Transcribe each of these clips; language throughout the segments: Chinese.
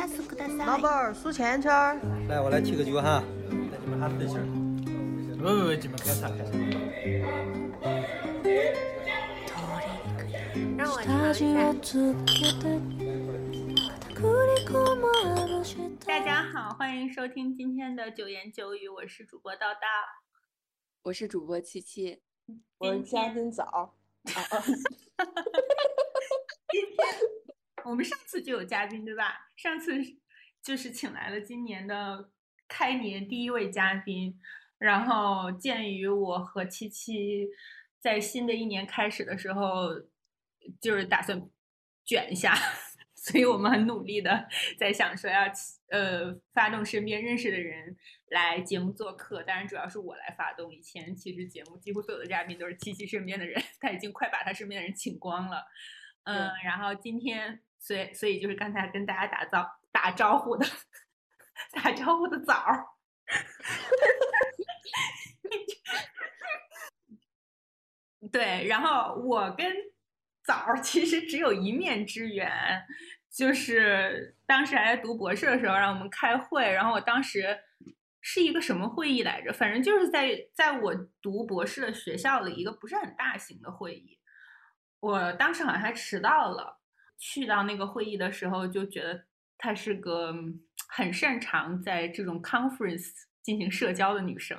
老板儿数钱圈儿。 来，我来提个酒哈，带你们哈分享。 不，你们开啥开啥。 让我尝一下。大家好，欢迎收听今天的九言九语，我是主播叨叨， 我是主播七七， 我是嘉宾枣。 今天我们上次就有嘉宾对吧？上次就是请来了今年的开年第一位嘉宾，然后鉴于我和七七在新的一年开始的时候就是打算卷一下，所以我们很努力的在想说要发动身边认识的人来节目做客，当然主要是我来发动。以前其实节目几乎所有的嘉宾都是七七身边的人，他已经快把他身边的人请光了。然后今天所以就是刚才跟大家打招呼的枣儿。对，然后我跟枣儿其实只有一面之缘，就是当时还在读博士的时候让我们开会，然后我当时是一个什么会议来着，反正就是在我读博士的学校里一个不是很大型的会议，我当时好像还迟到了，去到那个会议的时候就觉得她是个很擅长在这种 conference 进行社交的女生。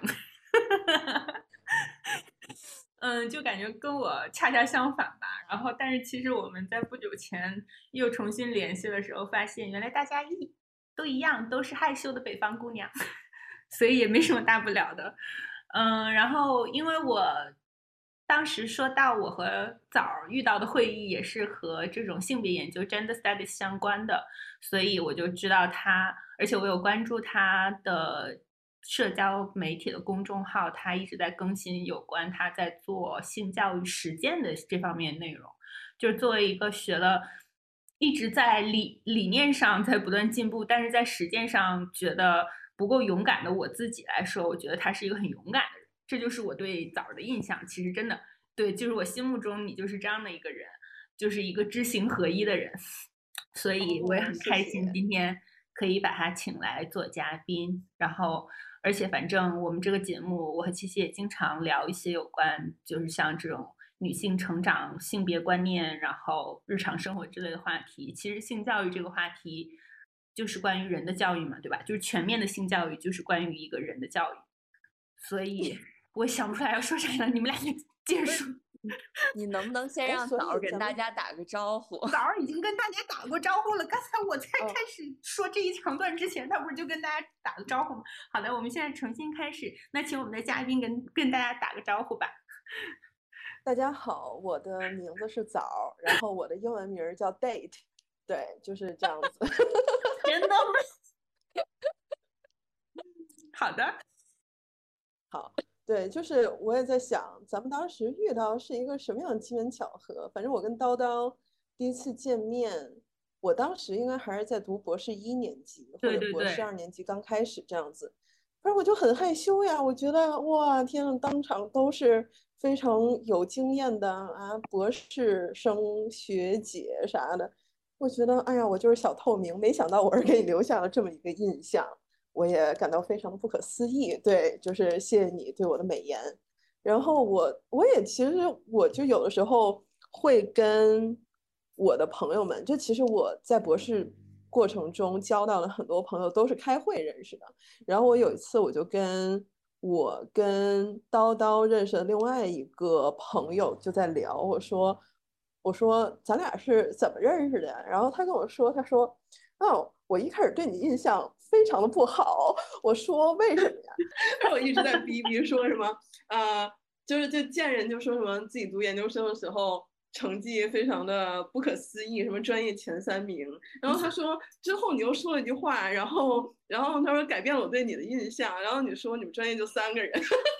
就感觉跟我恰恰相反吧。然后，但是其实我们在不久前又重新联系的时候，发现原来大家都一样，都是害羞的北方姑娘，所以也没什么大不了的。然后因为我当时说到我和枣遇到的会议也是和这种性别研究 gender studies 相关的，所以我就知道他，而且我有关注他的社交媒体的公众号，他一直在更新有关他在做性教育实践的这方面内容。就是作为一个学了一直在理念上在不断进步，但是在实践上觉得不够勇敢的我自己来说，我觉得他是一个很勇敢的人。这就是我对枣的印象。其实真的对，就是我心目中你就是这样的一个人，就是一个知行合一的人。所以我也很开心今天可以把他请来做嘉宾。然后而且反正我们这个节目我和七七也经常聊一些有关就是像这种女性成长、性别观念，然后日常生活之类的话题。其实性教育这个话题就是关于人的教育嘛，对吧？就是全面的性教育就是关于一个人的教育。所以我想不出来要说啥了，你们俩就接着说。 你能不能先让枣跟大家打个招呼？ 枣已经跟大家打过招呼了，刚才我在开始说这一长段之前，他不是就跟大家打了招呼吗？好的，我们现在重新开始，那请我们的嘉宾跟大家打个招呼吧。 大家好，我的名字是枣，然后我的英文名叫 Date， 对，就是这样子。 真的吗？好的， 好。对，就是我也在想，咱们当时遇到是一个什么样的机缘巧合。反正我跟叨叨第一次见面，我当时应该还是在读博士1年级或者博士2年级刚开始这样子。反正我就很害羞呀，我觉得哇天呐，当场都是非常有经验的啊，博士生学姐啥的。我觉得哎呀，我就是小透明，没想到我是给你留下了这么一个印象。我也感到非常的不可思议，对，就是谢谢你对我的美言。然后我也其实我就有的时候会跟我的朋友们，就其实我在博士过程中交到了很多朋友，都是开会认识的。然后我有一次我就跟叨叨认识的另外一个朋友就在聊，我说咱俩是怎么认识的呀？然后他跟我说，他说哦，我一开始对你印象非常的不好。我说为什么呀？我一直在逼说什么就见人就说什么自己读研究生的时候成绩非常的不可思议，什么专业前3名。然后他说之后你又说了一句话，然后他说改变了我对你的印象，然后你说你们专业就3个人。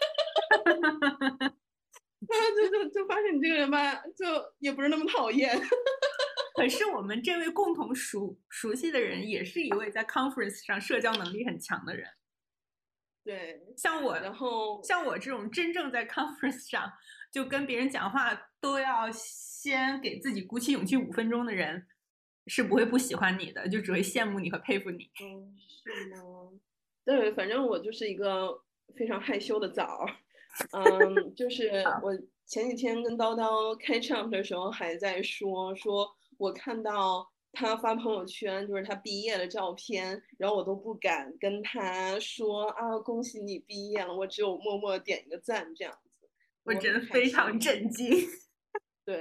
就发现你这个人吧，就也不是那么讨厌。 可是我们这位共同熟悉的人，也是一位在 conference 上社交能力很强的人。 对， 像我这种真正在 conference 上就跟别人讲话都要先给自己鼓起勇气5分钟的人， 是不会不喜欢你的，就只会羡慕你和佩服你。 是吗？对，反正我就是一个非常害羞的枣。就是我前几天跟叨叨catch up 的时候还在说我看到他发朋友圈，就是他毕业的照片，然后我都不敢跟他说啊，恭喜你毕业了，我只有默默点一个赞这样子。 我真的非常震惊。 对，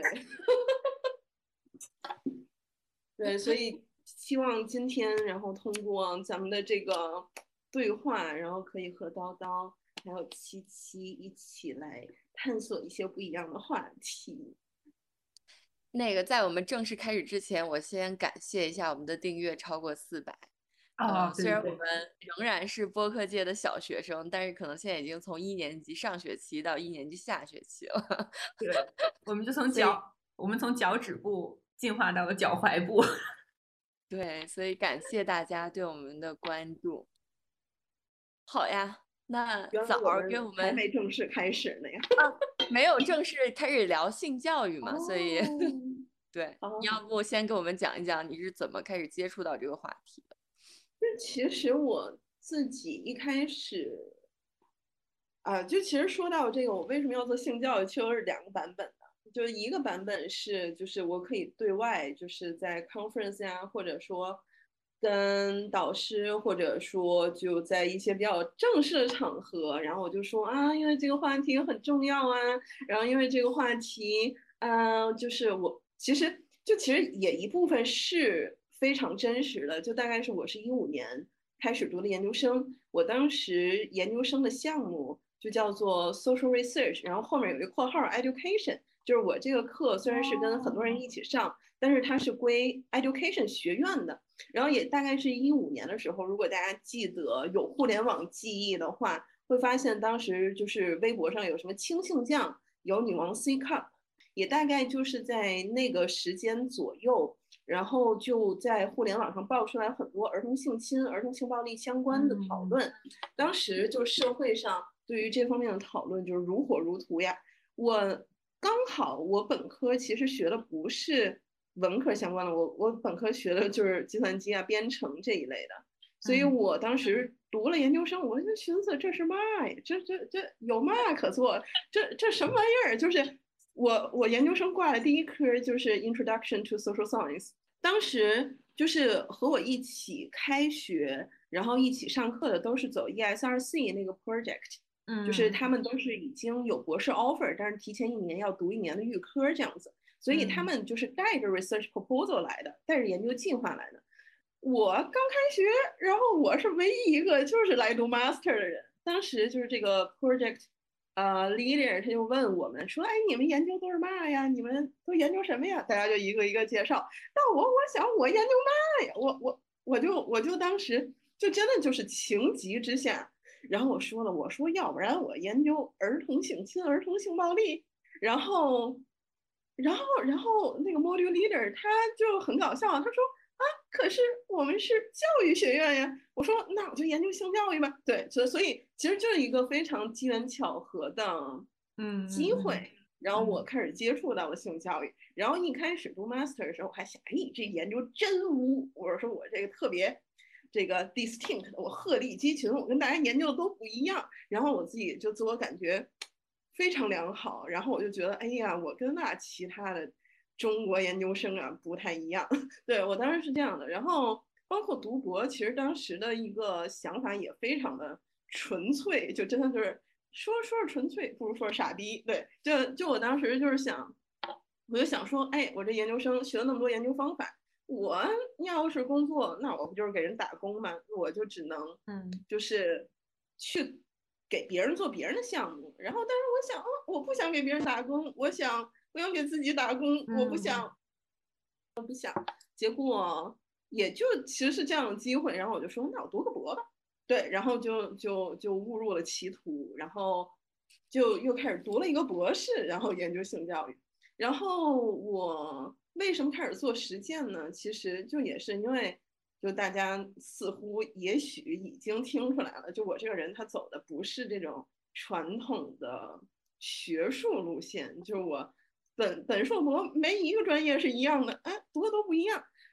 对，所以希望今天，然后通过咱们的这个对话，然后可以和叨叨还有七七一起来探索一些不一样的话题。 那个，在我们正式开始之前，我先感谢一下我们的订阅超过400。虽然我们仍然是播客界的小学生，但是可能现在已经从1年级上学期到1年级下学期了。 对，我们就从脚趾部进化到了脚踝部。 对，所以感谢大家对我们的关注。好呀，那枣儿给我们还没正式开始呢呀。 没有正式开始聊性教育嘛，所以对，要不先给我们讲一讲你是怎么开始接触到这个话题的？ 其实我自己一开始就其实说到这个，我为什么要做性教育，其实是2个版本的。就是一个版本是，就是我可以对外，就是在 conference 呀，或者说跟导师，或者说就在一些比较正式的场合，然后我就说啊，因为这个话题很重要啊，然后因为这个话题，就是我其实也一部分是非常真实的，就大概是我是15年开始读的研究生，我当时研究生的项目就叫做 social research， 然后后面有一个括号 education。就是我这个课虽然是跟很多人一起上，但是它是归 education 学院的。然后也大概是15年的时候，如果大家记得有互联网记忆的话，会发现当时就是微博上有什么轻性酱，有女王 C cup， 也大概就是在那个时间左右，然后就在互联网上爆出来很多儿童性侵、儿童性暴力相关的讨论。当时就社会上对于这方面的讨论就是如火如荼呀。刚好我本科其实学的不是文科相关的，我本科学的就是计算机啊、编程这一类的，所以我当时读了研究生，我就寻思这是嘛呀？这有嘛可做？这什么玩意儿？就是我研究生挂的第一科就是 Introduction to Social Science， 当时就是和我一起开学，然后一起上课的都是走 ESRC 那个 project。就是他们都是已经有博士 offer， 但是提前1年要读1年的预科这样子，所以他们就是带着 research proposal 来的，带着研究计划来的。我刚开学，然后我是唯一一个就是来读 master 的人。当时就是这个 project leader 他就问我们说，哎，你们研究都是嘛呀？你们都研究什么呀？大家就一个一个介绍。那我想我研究嘛呀？我就当时就真的就是情急之下。然后我说要不然我研究儿童性侵、儿童性暴力，然后那个 module leader 他就很搞笑，他说啊，可是我们是教育学院呀。我说那我就研究性教育吧。对，所以其实就是一个非常机缘巧合的机会，然后我开始接触到了性教育。然后一开始读 master 的时候，我还想，哎，这研究真污。我说我这个特别。这个 distinct， 我鹤立鸡群，我跟大家研究的都不一样，然后我自己就自我感觉非常良好，然后我就觉得，哎呀，我跟那其他的中国研究生啊不太一样。对，我当时是这样的，然后包括读博，其实当时的一个想法也非常的纯粹，就真的就是说是纯粹，不如说是傻逼。对，就我当时就是想，我就想说，哎，我这研究生学了那么多研究方法。我要是工作，那我不就是给人打工吗？我就只能，就是去给别人做别人的项目。然后，但是我想，我不想给别人打工，我想给自己打工，我不想。结果也就其实是这样的机会，然后我就说，那我读个博吧。对，然后就误入了歧途，然后就又开始读了一个博士，然后研究性教育。然后我为什么开始做实践呢？其实就也是因为，就大家似乎也许已经听出来了，就我这个人他走的不是这种传统的学术路线，就我本硕博没一个专业是一样的，哎，读的都不一样。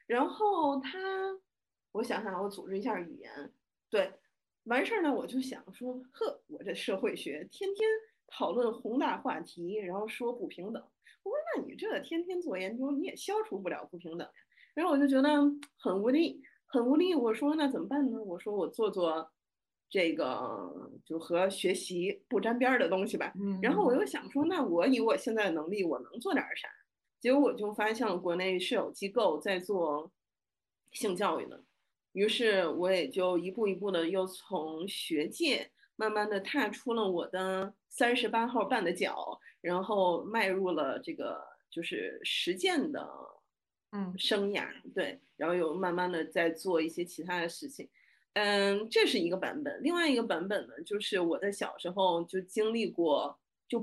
然后我想想，我组织一下语言，对，完事儿呢，我就想说，呵，我这社会学天天讨论宏大话题，然后说不平等。我说，那你这天天做研究，你也消除不了不平等呀。然后我就觉得很无力，很无力。我说那怎么办呢？我说我做这个就和学习不沾边儿的东西吧。然后我又想说，那我以我现在的能力，我能做点啥？结果我就发现国内是有机构在做性教育的，于是我也就一步一步的又从学界慢慢的踏出了我的38号半的脚，然后迈入了这个就是实践的生涯，对，然后又慢慢的在做一些其他的事情。这是一个版本。另外一个版本呢，就是我在小时候就经历过，就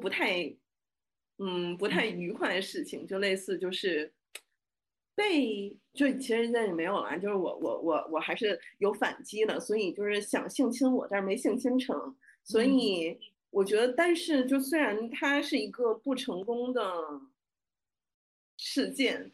不太愉快的事情，就类似就是就其实现在也没有了，就是我还是有反击的，所以就是想性侵我，但是没性侵成，所以我觉得，但是就虽然它是一个不成功的事件，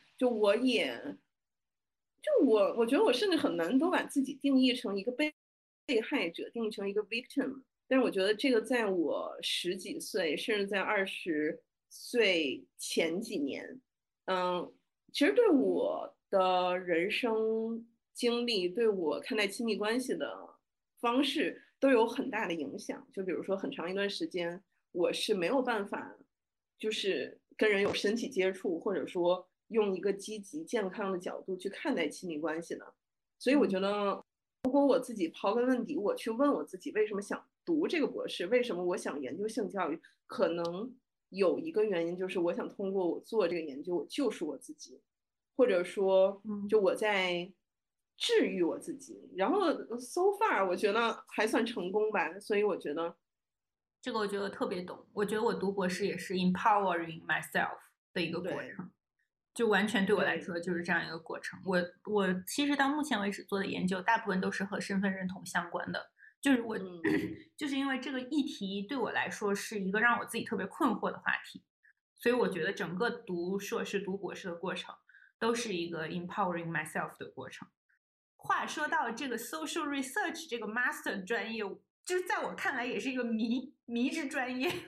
我觉得我甚至很难都把自己定义成一个被害者，定义成一个 victim。但是我觉得这个在我十几岁，甚至在20岁前几年，其实对我的人生经历，对我看待亲密关系的方式都有很大的影响。就比如说，很长一段时间，我是没有办法，就是跟人有身体接触，或者说用一个积极健康的角度去看待亲密关系的。所以我觉得，如果我自己刨根问底，我去问我自己为什么想读这个博士，为什么我想研究性教育，可能有一个原因就是我想通过我做这个研究，我救赎我自己，或者说，就我在治愈我自己。然后 so far 我觉得还算成功吧，所以我觉得这个我觉得特别懂。我觉得我读博士也是 empowering myself 的一个过程，就完全对我来说就是这样一个过程。我其实到目前为止做的研究，大部分都是和身份认同相关的。就是就是因为这个议题对我来说是一个让我自己特别困惑的话题，所以我觉得整个读硕士、读博士的过程都是一个 empowering myself 的过程。话说到这个 social research 这个 master 专业，就是在我看来也是一个迷之专业。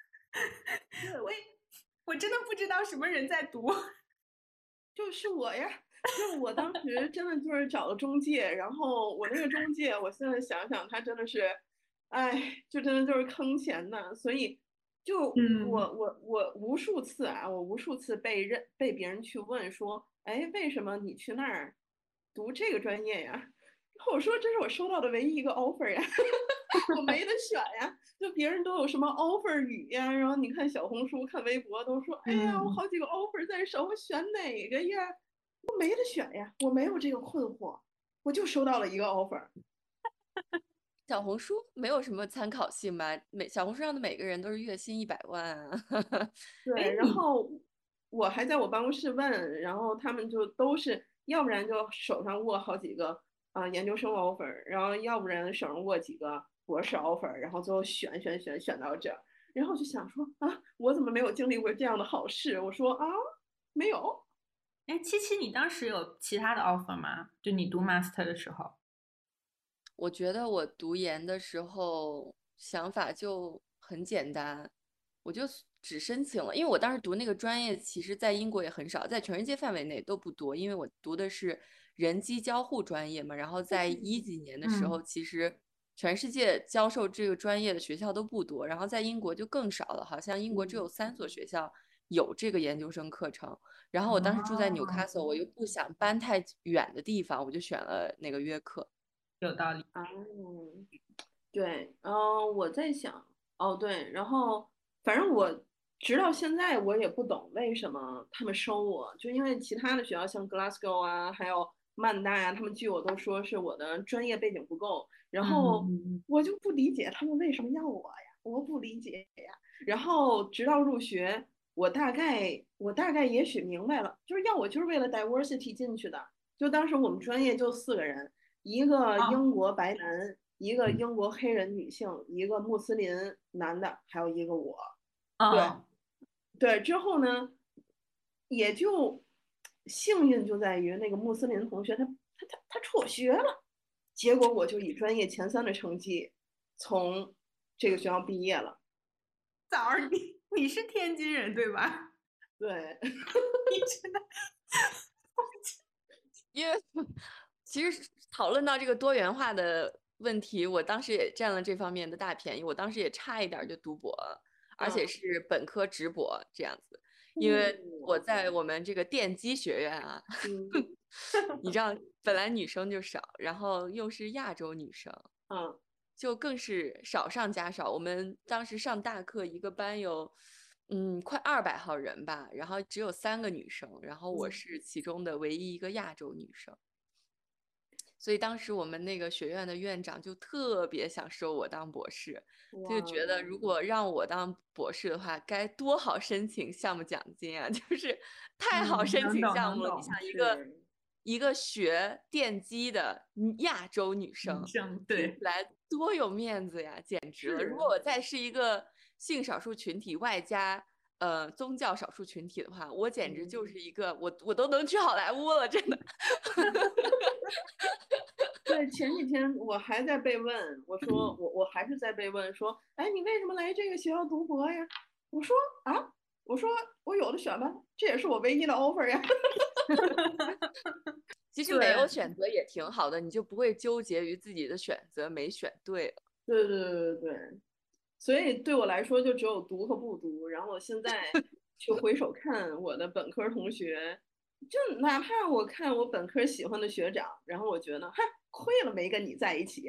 我真的不知道什么人在读。 就是我呀，就是我当时真的就是找了中介，然后我那个中介，我现在想想，他真的是，哎，就真的就是坑钱的。所以就我无数次啊，我无数次被别人去问说，哎，为什么你去那儿读这个专业呀？然后我说这是我收到的唯一一个 offer 呀。我没得选呀，就别人都有什么 offer 语呀，然后你看小红书、看微博都说，哎呀，我好几个 offer 在手，我选哪个呀？我没得选呀，我没有这个困惑，我就收到了一个 offer。 小红书没有什么参考性吧？小红书上的每个人都是月薪100万啊。 对，然后我还在我办公室问，然后他们就都是，要不然就手上握好几个研究生 offer，然后要不然手上握几个博士 offer，然后最后选到这儿，然后我就想说啊，我怎么没有经历过这样的好事？我说啊，没有。 哎，七七，你当时有其他的 offer 吗？就你读 master 的时候？ 我觉得我读研的时候想法就很简单，我就只申请了，因为我当时读那个专业，其实在英国也很少，在全世界范围内都不多，因为我读的是人机交互专业嘛。然后在10几年的时候，其实全世界教授这个专业的学校都不多，然后在英国就更少了，好像英国只有3所学校有这个研究生课程。然后我当时住在纽卡斯尔，我又不想搬太远的地方，我就选了那个约克。 有道理。 对，我在想，哦，对，然后反正我直到现在我也不懂为什么他们收我，就因为其他的学校像 Glasgow 啊，还有曼大呀，他们据我都说是我的专业背景不够，然后我就不理解他们为什么要我呀，我不理解呀。然后直到入学，我大概也许明白了，就是要我就是为了 diversity 进去的，就当时我们专业就4个人。一个英国白男，一个英国黑人女性，一个穆斯林男的，还有一个我。对，对，之后呢，也就幸运就在于那个穆斯林同学他辍学了，结果我就以专业前3的成绩从这个学校毕业了。 枣儿，你是天津人对吧？ 对， 你真的， 因为其实讨论到这个多元化的问题，我当时也占了这方面的大便宜。我当时也差一点就读博了，而且是本科直博这样子。因为我在我们这个电机学院啊，你知道，本来女生就少，然后又是亚洲女生，就更是少上加少。我们当时上大课，一个班有快200号人吧，然后只有3个女生，然后我是其中的唯一一个亚洲女生。所以当时我们那个学院的院长就特别想收我当博士，就觉得如果让我当博士的话，该多好申请项目奖金啊，就是太好申请项目了。你想一个学电机的亚洲女生， 对， 听起来多有面子呀，简直了。如果我再是一个性少数群体外加宗教少数群体的话，我简直就是一个我都能去好莱坞了，真的。 对，前几天我还在被问，我说我还是在被问说，哎，你为什么来这个学校读博呀？我说我有的选吧，这也是我唯一的 offer 呀。 其实没有选择也挺好的，你就不会纠结于自己的选择没选对了。 对，所以对我来说就只有读和不读。然后我现在去回首看我的本科同学，就哪怕我看我本科喜欢的学长，然后我觉得，嗨，亏了没跟你在一起。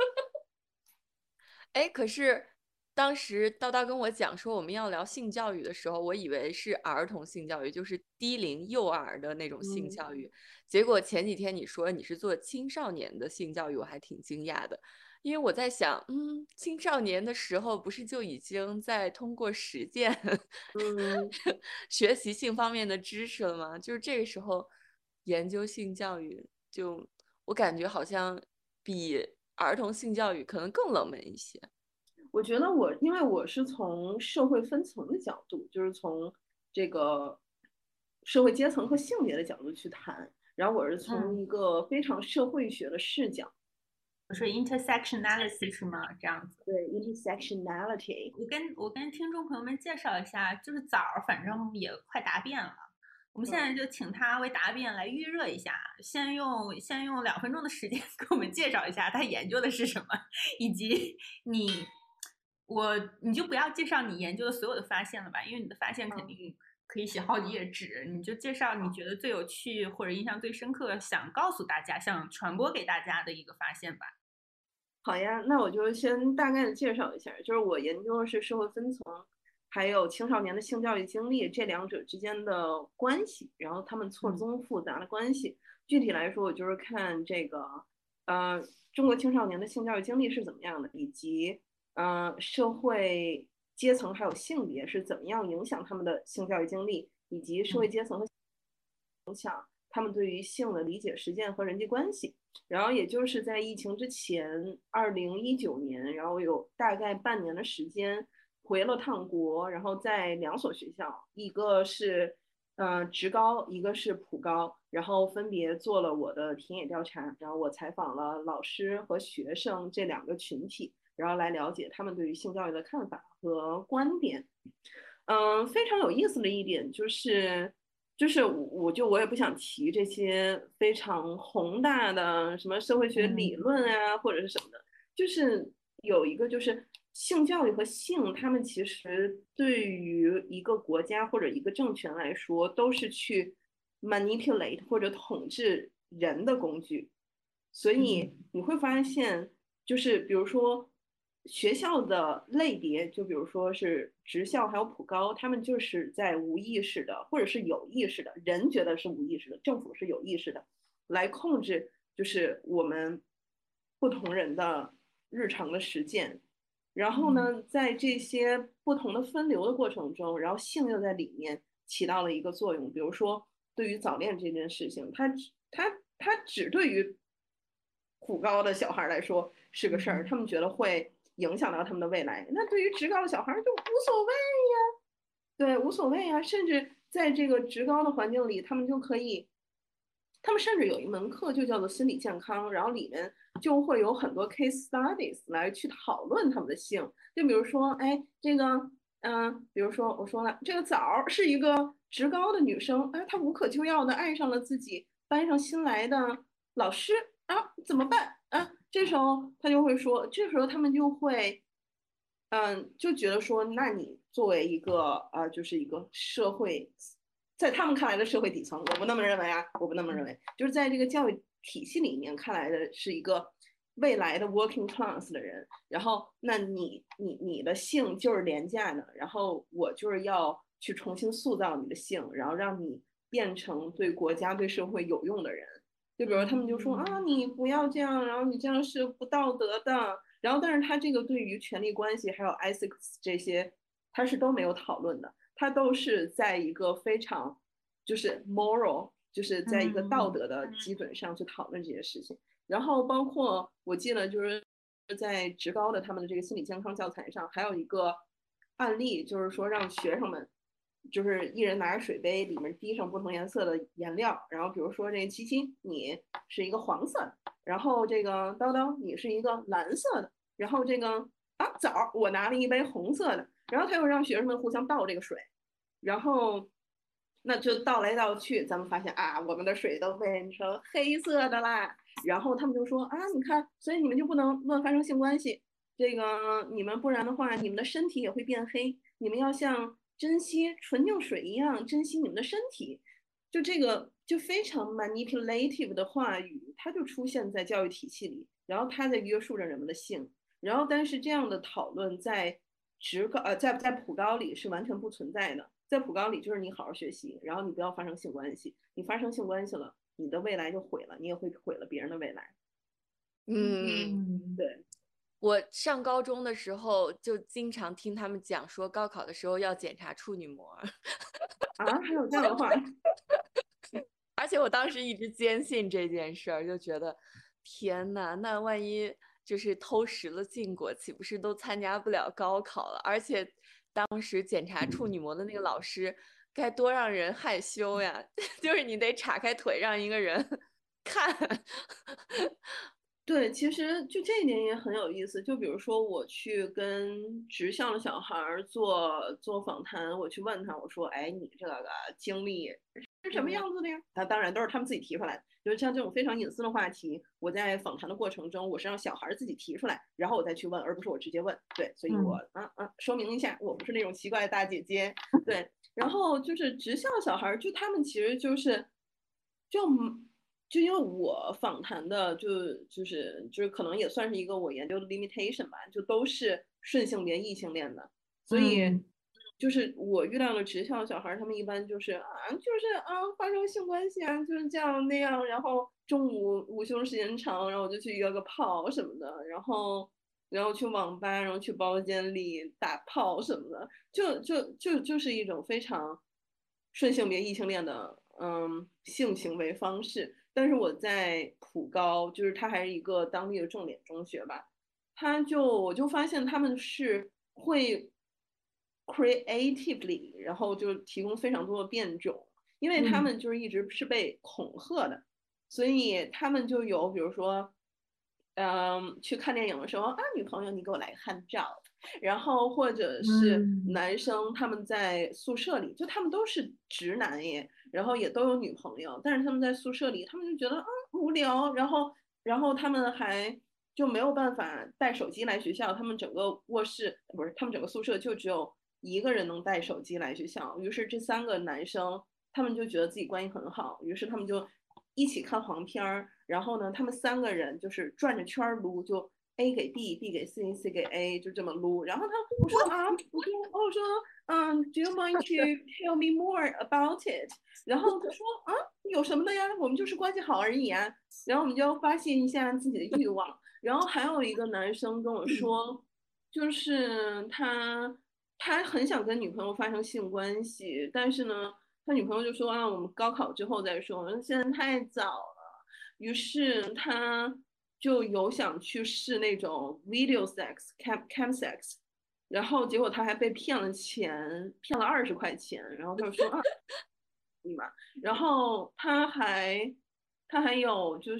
哎，可是当时叨叨跟我讲说我们要聊性教育的时候，我以为是儿童性教育，就是低龄幼儿的那种性教育。结果前几天你说你是做青少年的性教育，我还挺惊讶的。因为我在想，青少年的时候不是就已经在通过实践学习性方面的知识了吗？就是这个时候研究性教育，就我感觉好像比儿童性教育可能更冷门一些。 我觉得因为我是从社会分层的角度，就是从这个社会阶层和性别的角度去谈，然后我是从一个非常社会学的视角。 我说 intersectionality 是吗？这样子。 对 intersectionality。 我跟听众朋友们介绍一下，就是枣儿，反正也快答辩了。我们现在就请他为答辩来预热一下，先用2分钟的时间给我们介绍一下他研究的是什么，以及你就不要介绍你研究的所有的发现了吧，因为你的发现肯定可以写好几页纸，你就介绍你觉得最有趣或者印象最深刻，想告诉大家、想传播给大家的一个发现吧。 好呀，那我就先大概的介绍一下，就是我研究的是社会分层，还有青少年的性教育经历这2者之间的关系，然后他们错综复杂的关系。具体来说，我就是看这个，中国青少年的性教育经历是怎么样的，以及社会阶层还有性别是怎么样影响他们的性教育经历，以及社会阶层和影响他们对于性的理解、实践和人际关系。然后也就是在疫情之前，2019年，然后有大概半年的时间回了趟国，然后在2所学校，一个是职高，一个是普高，然后分别做了我的田野调查，然后我采访了老师和学生这2个群体，然后来了解他们对于性教育的看法和观点。非常有意思的一点就是我也不想提这些非常宏大的什么社会学理论啊，或者是什么的，就是有一个就是性教育和性，他们其实对于一个国家或者一个政权来说，都是去 manipulate 或者统治人的工具，所以你会发现，就是比如说学校的类别，就比如说是职校还有普高，他们就是在无意识的或者是有意识的，人觉得是无意识的，政府是有意识的，来控制就是我们不同人的日常的实践。然后呢，在这些不同的分流的过程中，然后性又在里面起到了一个作用。比如说，对于早恋这件事情，它只对于普高的小孩来说是个事儿，他们觉得会影响到他们的未来。那对于职高的小孩就无所谓呀，对，无所谓呀，甚至在这个职高的环境里，他们就可以他们甚至有一门课就叫做心理健康，然后里面就会有很多 case studies 来去讨论他们的性，就比如说，哎，这个，比如说我说了，这个枣是一个职高的女生，哎，她无可救药的爱上了自己班上新来的老师啊，怎么办啊？这时候他就会说，这时候他们就会，就觉得说，那你作为一个就是一个社会。在他们看来的社会底层，我不那么认为啊，我不那么认为，就是在这个教育体系里面看来的是一个未来的 working class 的人，然后那你的性就是廉价的，然后我就是要去重新塑造你的性，然后让你变成对国家对社会有用的人。就比如他们就说啊，你不要这样，然后你这样是不道德的，然后但是他这个对于权力关系还有 ethics 这些，他是都没有讨论的。它都是在一个非常就是 moral， 就是在一个道德的基准上去讨论这些事情。然后包括我记得就是在职高的他们的这个心理健康教材上，还有一个案例，就是说让学生们就是一人拿着水杯，里面滴上不同颜色的颜料，然后比如说这个七七你是一个黄色的，然后这个叨叨你是一个蓝色的，然后这个枣我拿了一杯红色的，然后他又让学生们互相倒这个水，然后那就倒来倒去，咱们发现啊，我们的水都变成黑色的啦。然后他们就说啊，你看，所以你们就不能乱发生性关系，这个你们不然的话，你们的身体也会变黑。你们要像珍惜纯净水一样珍惜你们的身体。就这个就非常 manipulative 的话语，它就出现在教育体系里，然后它在约束着人们的性。然后但是这样的讨论在在普高里是完全不存在的。在普高里就是你好好学习，然后你不要发生性关系，你发生性关系了，你的未来就毁了，你也会毁了别人的未来。对。 我上高中的时候就经常听他们讲说，高考的时候要检查处女膜。 还有这样的话？ 而且我当时一直坚信这件事儿，就觉得天哪，那万一就是偷食了禁果，岂不是都参加不了高考了？而且当时检查处女膜的那个老师该多让人害羞呀！就是你得岔开腿让一个人看。 对，其实就这一点也很有意思。就比如说，我去跟职校的小孩做访谈，我去问他，我说：“哎，你这个经历是什么样子的呀？”他当然都是他们自己提出来的。就是像这种非常隐私的话题，我在访谈的过程中，我是让小孩自己提出来，然后我再去问，而不是我直接问。对，所以我说明一下，我不是那种奇怪的大姐姐。对，然后就是职校小孩，就他们其实就是就因为我访谈的就是可能也算是一个我研究的 limitation 吧，就都是顺性别异性恋的，所以就是我遇到的职校小孩，他们一般就是发生性关系啊，就是这样那样，然后中午午休时间长，然后我就去约个炮什么的，然后去网吧，然后去包间里打炮什么的，就是一种非常顺性别异性恋的性行为方式。但是我在普高，就是它还是一个当地的重点中学吧，我就发现他们是会 creatively， 然后就提供非常多的变种，因为他们就是一直是被恐吓的，所以他们就有比如说，去看电影的时候女朋友你给我来 hand job，然后或者是男生他们在宿舍里，就他们都是直男耶，然后也都有女朋友，但是他们在宿舍里，他们就觉得无聊，然后他们还就没有办法带手机来学校，他们整个卧室不是他们整个宿舍就只有一个人能带手机来学校，于是这3个男生他们就觉得自己关系很好，于是他们就一起看黄片儿，然后呢，他们3个人就是转着圈撸，就 A 给 B，B 给 C，C 给 A，就这么撸。然后我说Do you mind to tell me more about it？ 然后他说有什么的呀？我们就是关系好而已啊。然后我们就要发泄一下自己的欲望。然后还有一个男生跟我说，就是他很想跟女朋友发生性关系，但是呢，他女朋友就说我们高考之后再说，现在太早了。于是他就有想去试那种 video sex、cam sex，然后结果他还被骗了钱，骗了20块钱，然后他就说嘛，然后他还他还有就是，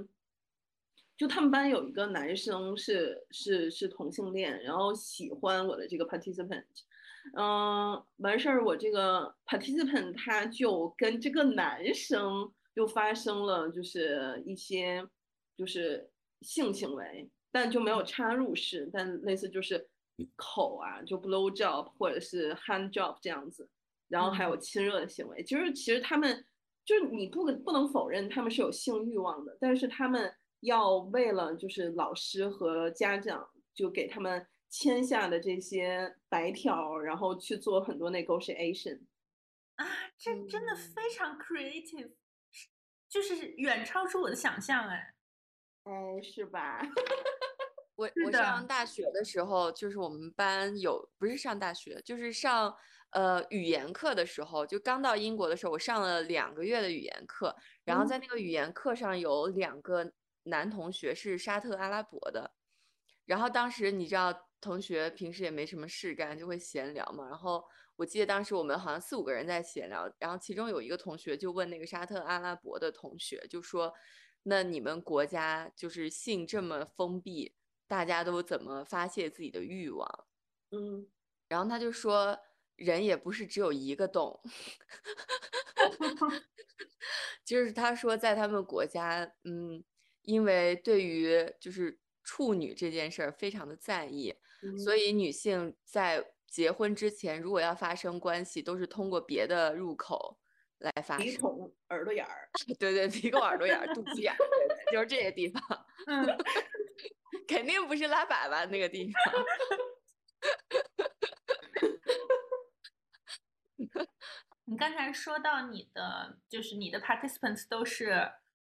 就他们班有一个男生是同性恋，然后喜欢我的这个 participant，完事儿我这个 participant 他就跟这个男生就发生了就是一些就是性行为，但就没有插入式，但类似就是口啊，就 blow job 或者是 hand job 这样子。然后还有亲热的行为，就是其实他们就是你不能否认他们是有性欲望的，但是他们要为了就是老师和家长就给他们签下的这些白条，然后去做很多 negotiation 啊，这真的非常 creative，就是远超出我的想象哎。 哎，是吧？ 我上大学的时候，就是我们班有，不是上大学，就是上语言课的时候，就刚到英国的时候，我上了2个月的语言课，然后在那个语言课上有2个男同学是沙特阿拉伯的，然后当时你知道，同学平时也没什么事干，就会闲聊嘛，然后我记得当时我们好像4、5个人在闲聊，然后其中有一个同学就问那个沙特阿拉伯的同学，就说：“那你们国家就是性这么封闭？”大家都怎么发泄自己的欲望，然后他就说，人也不是只有一个洞，就是他说在他们国家，因为对于就是处女这件事儿非常的在意，所以女性在结婚之前，如果要发生关系，都是通过别的入口来发生， 鼻孔、耳朵眼儿， 对对，鼻孔、耳朵眼儿、肚脐眼儿，对对，就是这些地方，肯定不是拉粑粑那个地方。 你刚才说到就是你的 participants 都是，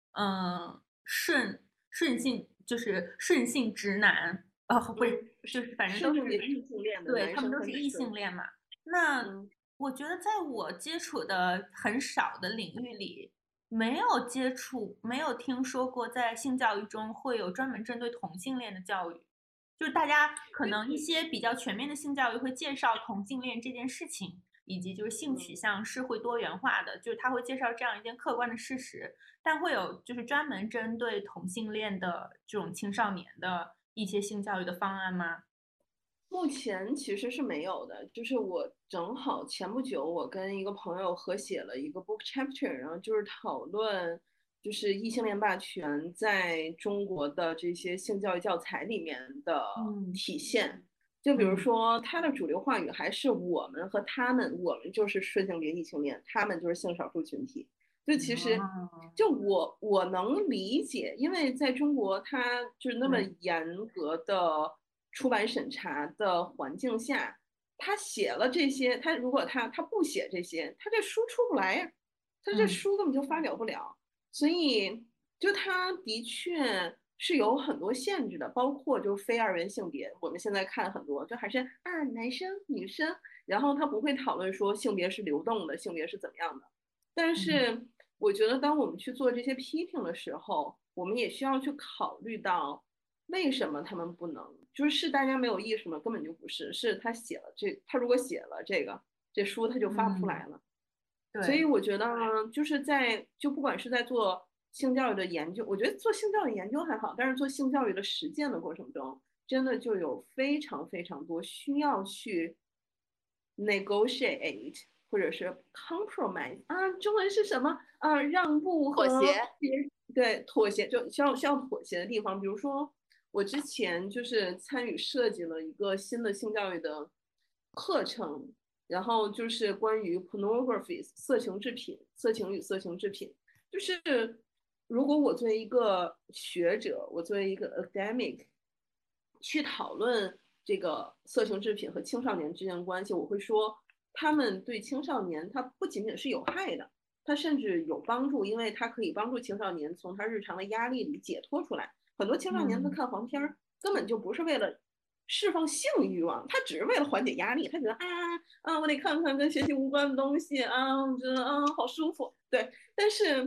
顺性，就是顺性直男，不是，就是反正都是异性恋的， 对，他们都是异性恋嘛。那我觉得在我接触的很少的领域里，没有听说过在性教育中会有专门针对同性恋的教育。就是大家可能一些比较全面的性教育会介绍同性恋这件事情，以及就是性取向是会多元化的，就是他会介绍这样一件客观的事实，但会有就是专门针对同性恋的这种青少年的一些性教育的方案吗？ 目前其实是没有的，就是我正好前不久我跟一个朋友合写了一个 book chapter，然后就是讨论就是异性恋霸权在中国的这些性教育教材里面的体现。就比如说，它的主流话语还是我们和他们，我们就是顺性别异性恋，他们就是性少数群体。就其实，就我能理解，因为在中国，它就是那么严格的出版审查的环境下，他写了这些，他如果他不写这些，他这书出不来呀，他这书根本就发表不了。所以，就他的确是有很多限制的，包括就非二元性别，我们现在看很多，就还是男生女生，然后他不会讨论说性别是流动的，性别是怎么样的。但是我觉得，当我们去做这些批评的时候，我们也需要去考虑到为什么他们不能，就是大家没有意识吗？根本就不是，是他写了他如果写了这书，他就发不出来了。所以我觉得就是就不管是在做性教育的研究，我觉得做性教育研究还好，但是做性教育的实践的过程中，真的就有非常非常多需要去 negotiate 或者是 compromise 中文是什么让步和妥协， 对，妥协就需要妥协的地方，比如说我之前就是参与设计了一个新的性教育的课程。然后就是关于 pornography 色情制品、色情与色情制品，就是如果我作为一个学者，我作为一个 academic 去讨论这个色情制品和青少年之间的关系，我会说，他们对青少年，它不仅仅是有害的，它甚至有帮助，因为它可以帮助青少年从他日常的压力里解脱出来。很多青少年他看黄片根本就不是为了释放性欲望，他只是为了缓解压力。他觉得我得看看跟学习无关的东西我觉得好舒服。对，但是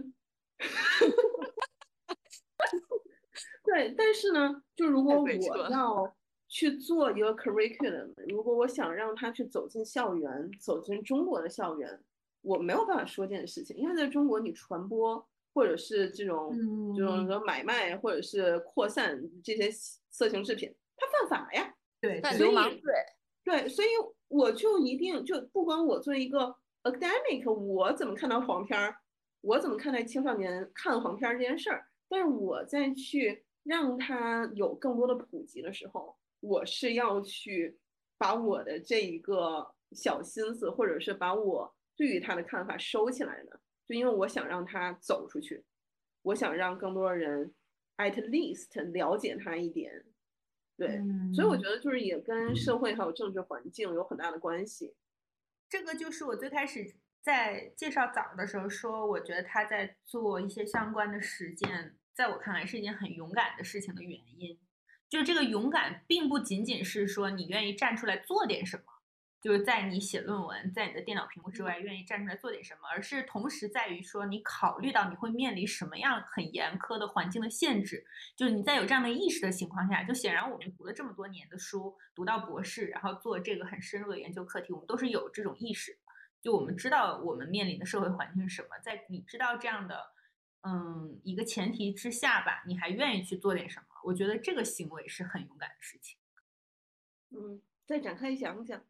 对，但是呢，就如果我要去做一个 curriculum，如果我想让他去走进校园，走进中国的校园，我没有办法说这件事情，因为在中国你传播或者是这种的买卖，或者是扩散这些色情制品，它犯法呀。 对， 犯流氓罪。 对，所以我就一定就不管我作为一个 academic，我怎么看到黄片儿，我怎么看待青少年看黄片儿这件事儿，但是我再去让它有更多的普及的时候，我是要去把我的这一个小心思，或者是把我对于他的看法收起来的，就因为我想让他走出去，我想让更多的人 at least 了解他一点。对，所以我觉得就是也跟社会还有政治环境有很大的关系。 这个就是我最开始在介绍枣的时候说，我觉得他在做一些相关的实践，在我看来是一件很勇敢的事情的原因。就是这个勇敢并不仅仅是说你愿意站出来做点什么，就是在你写论文，在你的电脑屏幕之外愿意站出来做点什么，而是同时在于说你考虑到你会面临什么样很严苛的环境的限制，就是你在有这样的意识的情况下，就显然我们读了这么多年的书，读到博士，然后做这个很深入的研究课题，我们都是有这种意识，就我们知道我们面临的社会环境是什么，在你知道这样的一个前提之下吧，你还愿意去做点什么，我觉得这个行为是很勇敢的事情。 再展开讲讲。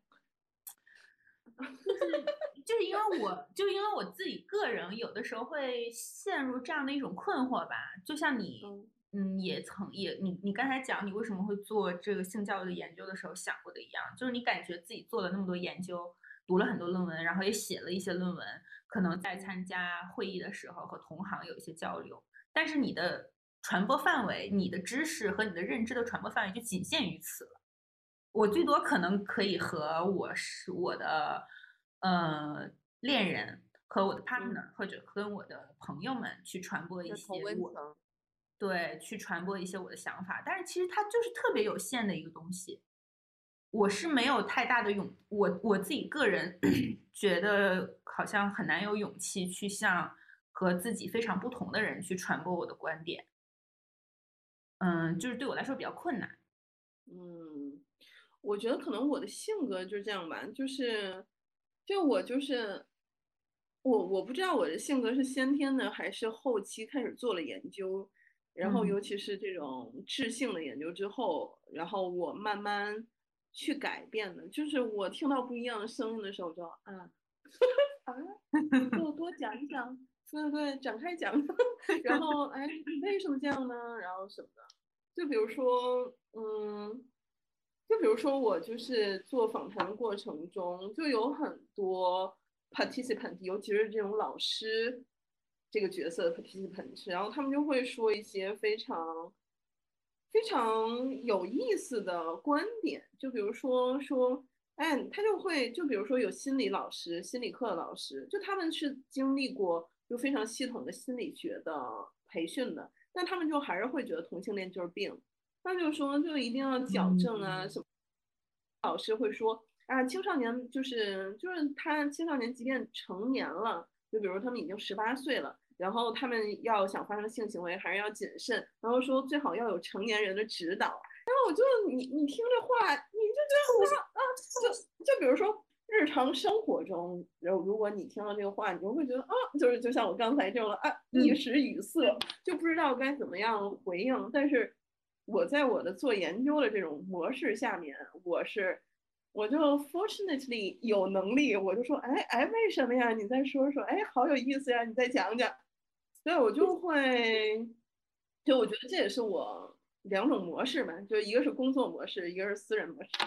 就是因为我自己个人有的时候会陷入这样的一种困惑吧，就像你你刚才讲你为什么会做这个性教育的研究的时候想过的一样，就是你感觉自己做了那么多研究，读了很多论文，然后也写了一些论文，可能在参加会议的时候和同行有一些交流，但是你的传播范围，你的知识和你的认知的传播范围就仅限于此了。我最多可能可以和我的恋人和我的 partner，或者跟我的朋友们去传播一些去传播一些我的想法，但是其实它就是特别有限的一个东西。我是没有太大的我自己个人觉得好像很难有勇气去向和自己非常不同的人去传播我的观点。就是对我来说比较困难。 我觉得可能我的性格就是这样吧，我不知道我的性格是先天的还是后期开始做了研究，然后尤其是这种质性的研究之后，然后我慢慢去改变的。就是我听到不一样的声音的时候，就多讲一讲，对，展开讲，然后为什么这样呢？然后什么的，就比如说我就是做访谈过程中，就有很多 participant， 尤其是这种老师这个角色的 participant， 然后他们就会说一些非常非常有意思的观点，就比如说，他就会就比如说有心理老师、心理课的老师，就他们是经历过就非常系统的心理学的培训的，但他们就还是会觉得同性恋就是病。他就说就一定要矫正啊什么。老师会说青少年就是他青少年即便成年了，就比如他们已经18岁了，然后他们要想发生性行为还是要谨慎，然后说最好要有成年人的指导。然后我就你听这话，你就觉得就比如说日常生活中，如果你听到这个话，你就会觉得就是就像我刚才这种一时语塞，就不知道该怎么样回应。但是我在我的做研究的这种模式下面，我就 fortunately 有能力，我就说为什么呀？你再说说，好有意思呀，你再讲讲。所以我就会，就我觉得这也是我2种模式吧，就一个是工作模式，一个是私人模式。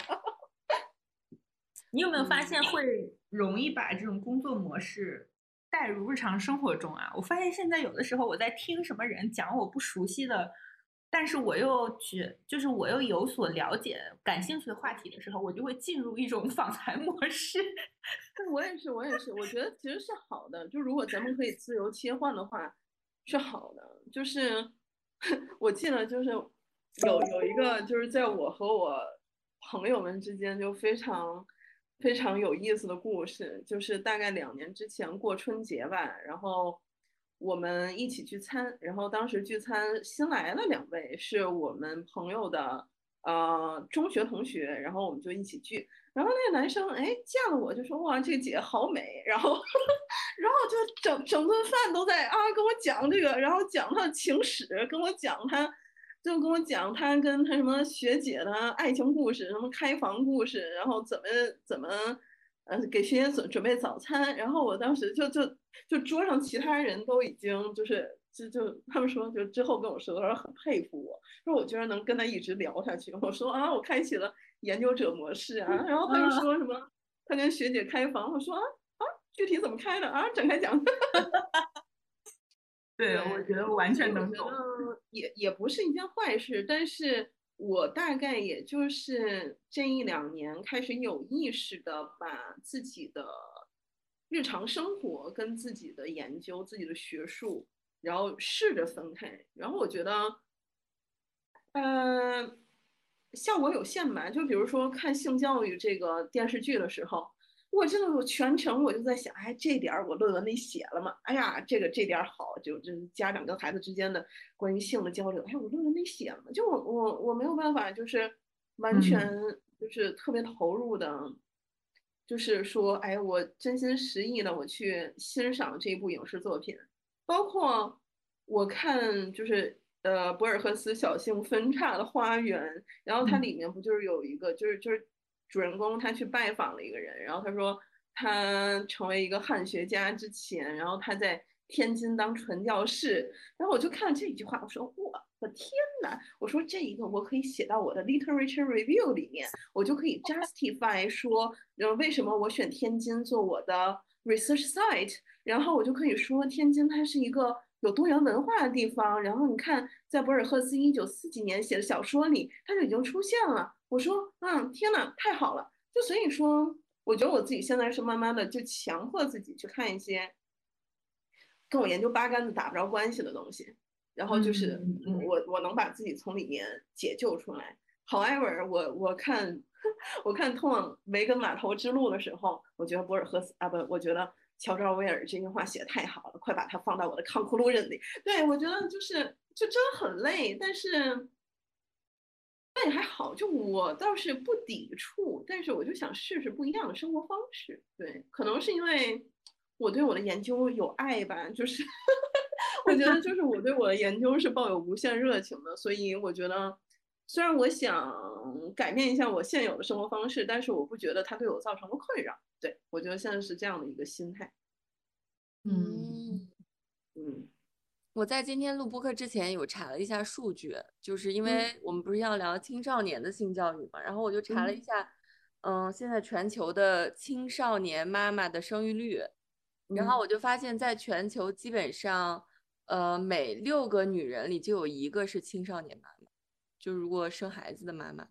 你有没有发现会容易把这种工作模式带入日常生活中啊？我发现现在有的时候我在听什么人讲我不熟悉的，但是我又有所了解、感兴趣的话题的时候，我就会进入一种访谈模式。 我也是，我觉得其实是好的，就如果咱们可以自由切换的话，是好的。就是我记得就是有一个就是在我和我朋友们之间就非常非常有意思的故事，就是大概2年之前过春节吧，然后我们一起聚餐，然后当时聚餐新来了2位是我们朋友的中学同学，然后我们就一起聚。然后那个男生见了我就说哇这个姐好美，然后然后就整顿饭都在跟我讲这个，然后讲他的情史，跟我讲他跟他什么学姐的爱情故事，什么开房故事，然后怎么给学姐准备早餐。然后我当时就桌上其他人都已经就他们说就之后跟我说很佩服我，说我居然能跟他一直聊下去。我说我开启了研究者模式啊。然后他又说什么他跟学姐开房，我说具体怎么开的展开讲。 对，我觉得完全能懂。 也不是一件坏事，但是我大概也就是这1-2年开始有意识的把自己的日常生活跟自己的研究、自己的学术，然后试着分开。然后我觉得，效果有限吧。就比如说看性教育这个电视剧的时候，我真的全程我就在想，这点我论文里写了吗？哎呀，这点好，就是家长跟孩子之间的关于性的交流，我论文里写了吗？就我没有办法，就是完全就是特别投入的，就是说，我真心实意的我去欣赏这一部影视作品，包括我看就是博尔赫斯小径分岔的花园，然后它里面不就是有一个就是主人公他去拜访了一个人，然后他说他成为一个汉学家之前，然后他在天津当传教士，然后我就看了这一句话，我说我的天哪，我说这一个我可以写到我的 literature review 里面，我就可以 justify 说为什么我选天津做我的 research site， 然后我就可以说天津它是一个有多元文化的地方，然后你看在博尔赫斯1940几年写的小说里它就已经出现了。我说天哪，太好了。就所以说我觉得我自己现在是慢慢的就强迫自己去看一些跟我研究八竿子打不着关系的东西，然后就是我能把自己从里面解救出来。However，我看通往维根码头之路的时候，我觉得博尔赫斯我觉得乔治奥威尔这句话写的太好了，快把它放到我的康库鲁人里。对，我觉得就真很累，但也还好，就我倒是不抵触，但是我就想试试不一样的生活方式。对，可能是因为我对我的研究有爱吧，就是我觉得就是我对我的研究是抱有无限热情的，所以我觉得虽然我想改变一下我现有的生活方式，但是我不觉得它对我造成了困扰。对，我觉得现在是这样的一个心态。 我在今天录播课之前有查了一下数据，就是因为我们不是要聊青少年的性教育嘛，然后我就查了一下，现在全球的青少年妈妈的生育率，然后我就发现，在全球基本上，每6个女人里就有1个是青少年妈妈，就如果生孩子的妈妈的。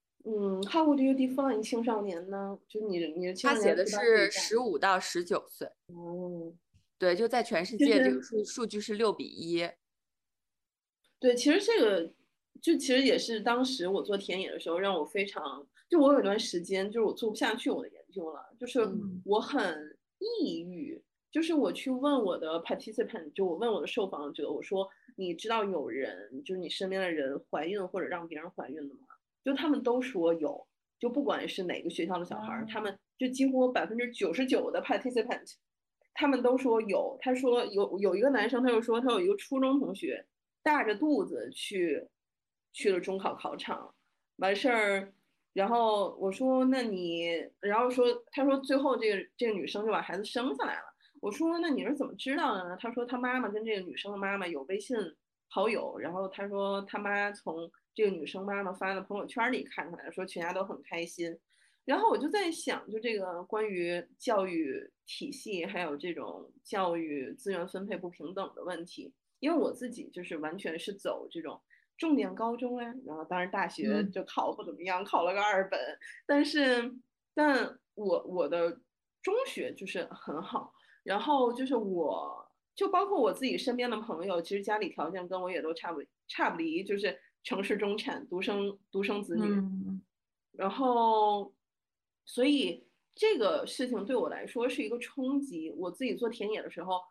How would you define 青少年呢？就你的青少年， 他写的是15到19岁。对，就在全世界这个数据是6:1。 对，其实这个其实也是当时我做田野的时候让我非常，就我有一段时间就是我做不下去我的研究了，就是我很抑郁，就是我去问我的 participant， 就我问我的受访者，我说你知道有人就是你身边的人怀孕或者让别人怀孕了吗？就他们都说有，就不管是哪个学校的小孩，他们就几乎99%的 participant。他们都说有，他说有一个男生，他就说他有一个初中同学大着肚子去了中考考场，完事儿，然后我说那你，然后他说最后这个女生就把孩子生下来了。我说那你是怎么知道的呢？他说他妈妈跟这个女生的妈妈有微信好友，然后他说他妈从这个女生妈妈发的朋友圈里看出来，说全家都很开心。然后我就在想，就这个关于教育体系还有这种教育资源分配不平等的问题，因为我自己就是完全是走这种重点高中啊，然后当然大学就考不怎么样，考了个2本，但我的中学就是很好，然后就是就包括我自己身边的朋友，其实家里条件跟我也都差不离，就是城市中产独生子女，然后。所以这个事情对我来说是一个冲击。我自己做田野的时候，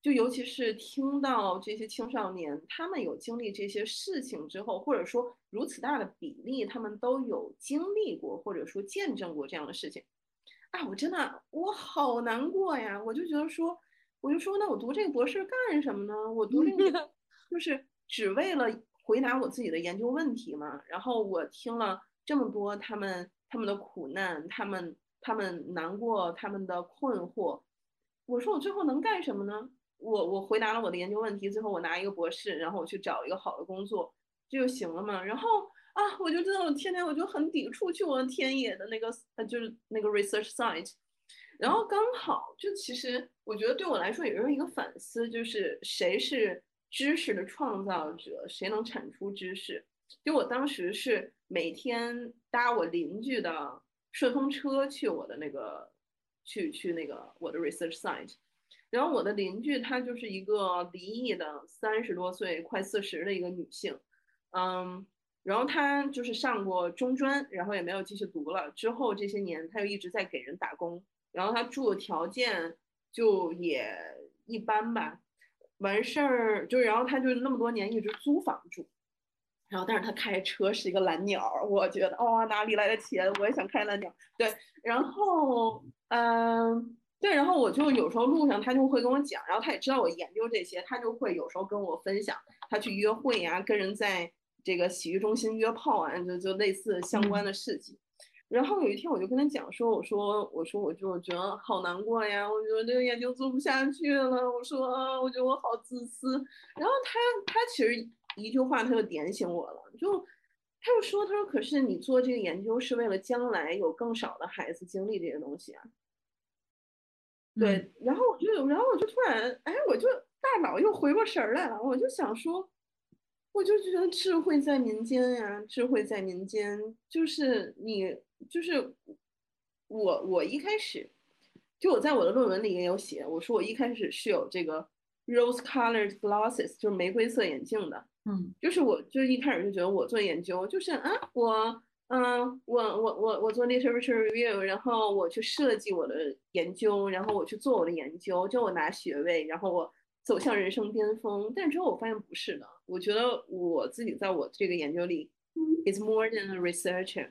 就尤其是听到这些青少年他们有经历这些事情之后，或者说如此大的比例，他们都有经历过或者说见证过这样的事情，啊，我真的我好难过呀！我就觉得说，我就说那我读这个博士干什么呢？我读这个就是只为了回答我自己的研究问题嘛。然后我听了这么多他们的苦难，他们难过，他们的困惑，我说我最后能干什么呢？我回答了我的研究问题，最后我拿一个博士，然后我去找一个好的工作，这就行了嘛。然后啊，我就真的我天天我就很抵触去我田野的那个就是那个 research site，然后刚好就其实我觉得对我来说也是一个反思，就是谁是知识的创造者，谁能产出知识。就我当时是每天搭我邻居的顺风车去我的那个去那个我的 research site，然后我的邻居她就是一个离异的30多岁快40的一个女性，嗯，然后她就是上过中专，然后也没有继续读了，之后这些年她又一直在给人打工，然后她住的条件就也一般吧，完事儿就然后她就那么多年一直租房住。然后，但是他开车是一个蓝鸟，我觉得哦，哪里来的钱？我也想开蓝鸟。对，然后对，然后我就有时候路上他就会跟我讲，然后他也知道我研究这些，他就会有时候跟我分享他去约会呀、跟人在这个洗浴中心约炮啊，就类似相关的事情。然后有一天我就跟他讲说，我就觉得好难过呀，我觉得这个研究做不下去了，我说我觉得我好自私。然后他其实一句话他就点醒我了，他就说他说可是你做这个研究是为了将来有更少的孩子经历这些东西啊。对，然后我就突然，哎，我就大脑又回过神儿来了，我就想说，我就觉得智慧在民间呀，智慧在民间，就是你，就是我一开始，就我在我的论文里也有写，我说我一开始是有这个 rose-colored glasses，就是玫瑰色眼镜的，就是我就一开始就觉得我做研究就是啊，我做 literature review，然后我去设计我的研究，然后我去做我的研究，就我拿学位，然后我走向人生巅峰。但之后我发现不是的，我觉得我自己在我这个研究里，is more than a researcher。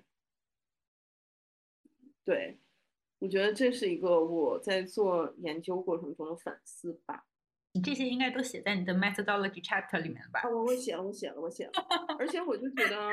对，我觉得这是一个我在做研究过程中的反思吧。 你这些应该都写在你的 methodology chapter 里面吧？ 啊，我写了，而且我就觉得，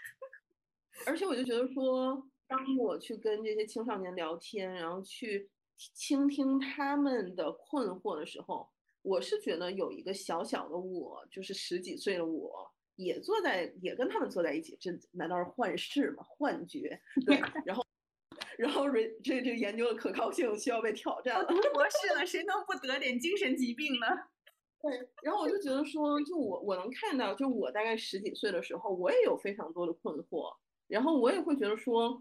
说，当我去跟这些青少年聊天，然后去倾听他们的困惑的时候，我是觉得有一个小小的我，就是十几岁的我，也跟他们坐在一起，这难道是幻视吗？幻觉？对，然后这研究的可靠性需要被挑战了。 读博士了，谁能不得点精神疾病呢？ 对，然后我就觉得说，就我能看到，就我大概十几岁的时候，我也有非常多的困惑，然后我也会觉得说，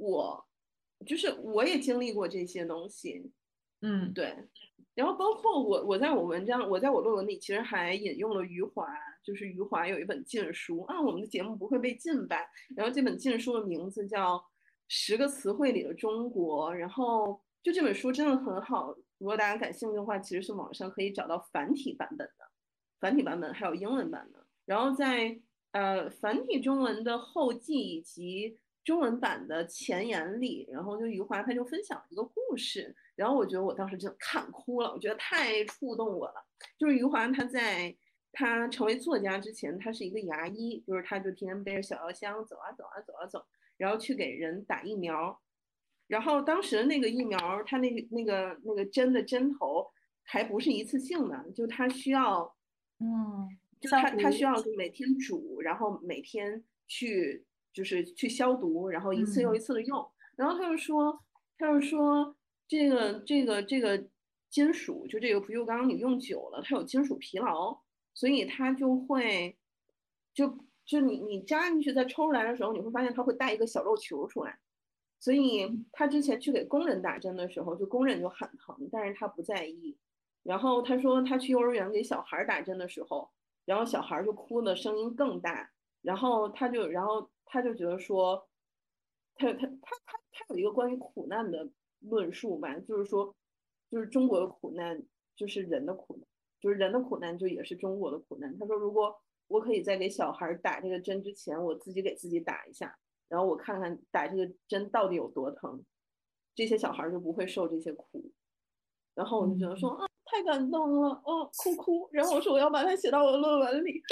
我也经历过这些东西，对，然后包括我在我论文里其实还引用了余华，就是余华有一本禁书啊，我们的节目不会被禁吧？然后这本禁书的名字叫《10个词汇里的中国》，然后就这本书真的很好，如果大家感兴趣的话，其实是网上可以找到繁体版本的，繁体版本还有英文版的，然后在繁体中文的后记以及中文版的前言里，然后就余华他就分享一个故事，然后我觉得我当时就看哭了，我觉得太触动我了。就是余华他在他成为作家之前，他是一个牙医，就是他就天天背着小药箱走啊走啊走啊走，然后去给人打疫苗。然后当时那个疫苗，它那个针的针头还不是一次性的，就它需要，就它需要就每天煮，然后每天就是去消毒，然后一次又一次的用。然后他就说这个金属，就这个不锈钢你用久了，它有金属疲劳，所以它就会就你扎进去再抽出来的时候，你会发现它会带一个小肉球出来。所以他之前去给工人打针的时候，就工人就很疼，但是他不在意。然后他说他去幼儿园给小孩打针的时候，然后小孩就哭的声音更大，然后他就觉得说，他有一个关于苦难的论述吧，就是说，就是中国的苦难就是人的苦难， 就是人的苦难就也是中国的苦难。他说如果我可以在给小孩打这个针之前，我自己给自己打一下，然后我看看打这个针到底有多疼，这些小孩就不会受这些苦。然后我就觉得说啊，太感动了，哦，哭。然后我说我要把它写到我的论文里。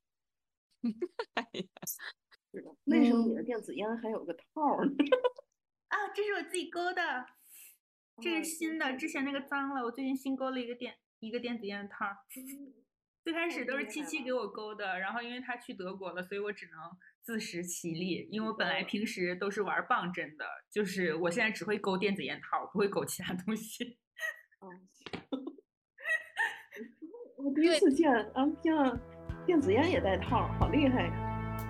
是的，为什么你的电子烟还有个套呢？ 啊，这是我自己勾的，这是新的，之前那个脏了，我最近新勾了一个电子烟的套。最开始都是七七给我勾的，然后因为他去德国了，所以我只能自食其力。因为我本来平时都是玩棒针的，就是我现在只会勾电子烟套，不会勾其他东西。 我第一次见啊，天啊，电子烟也带套，好厉害呀！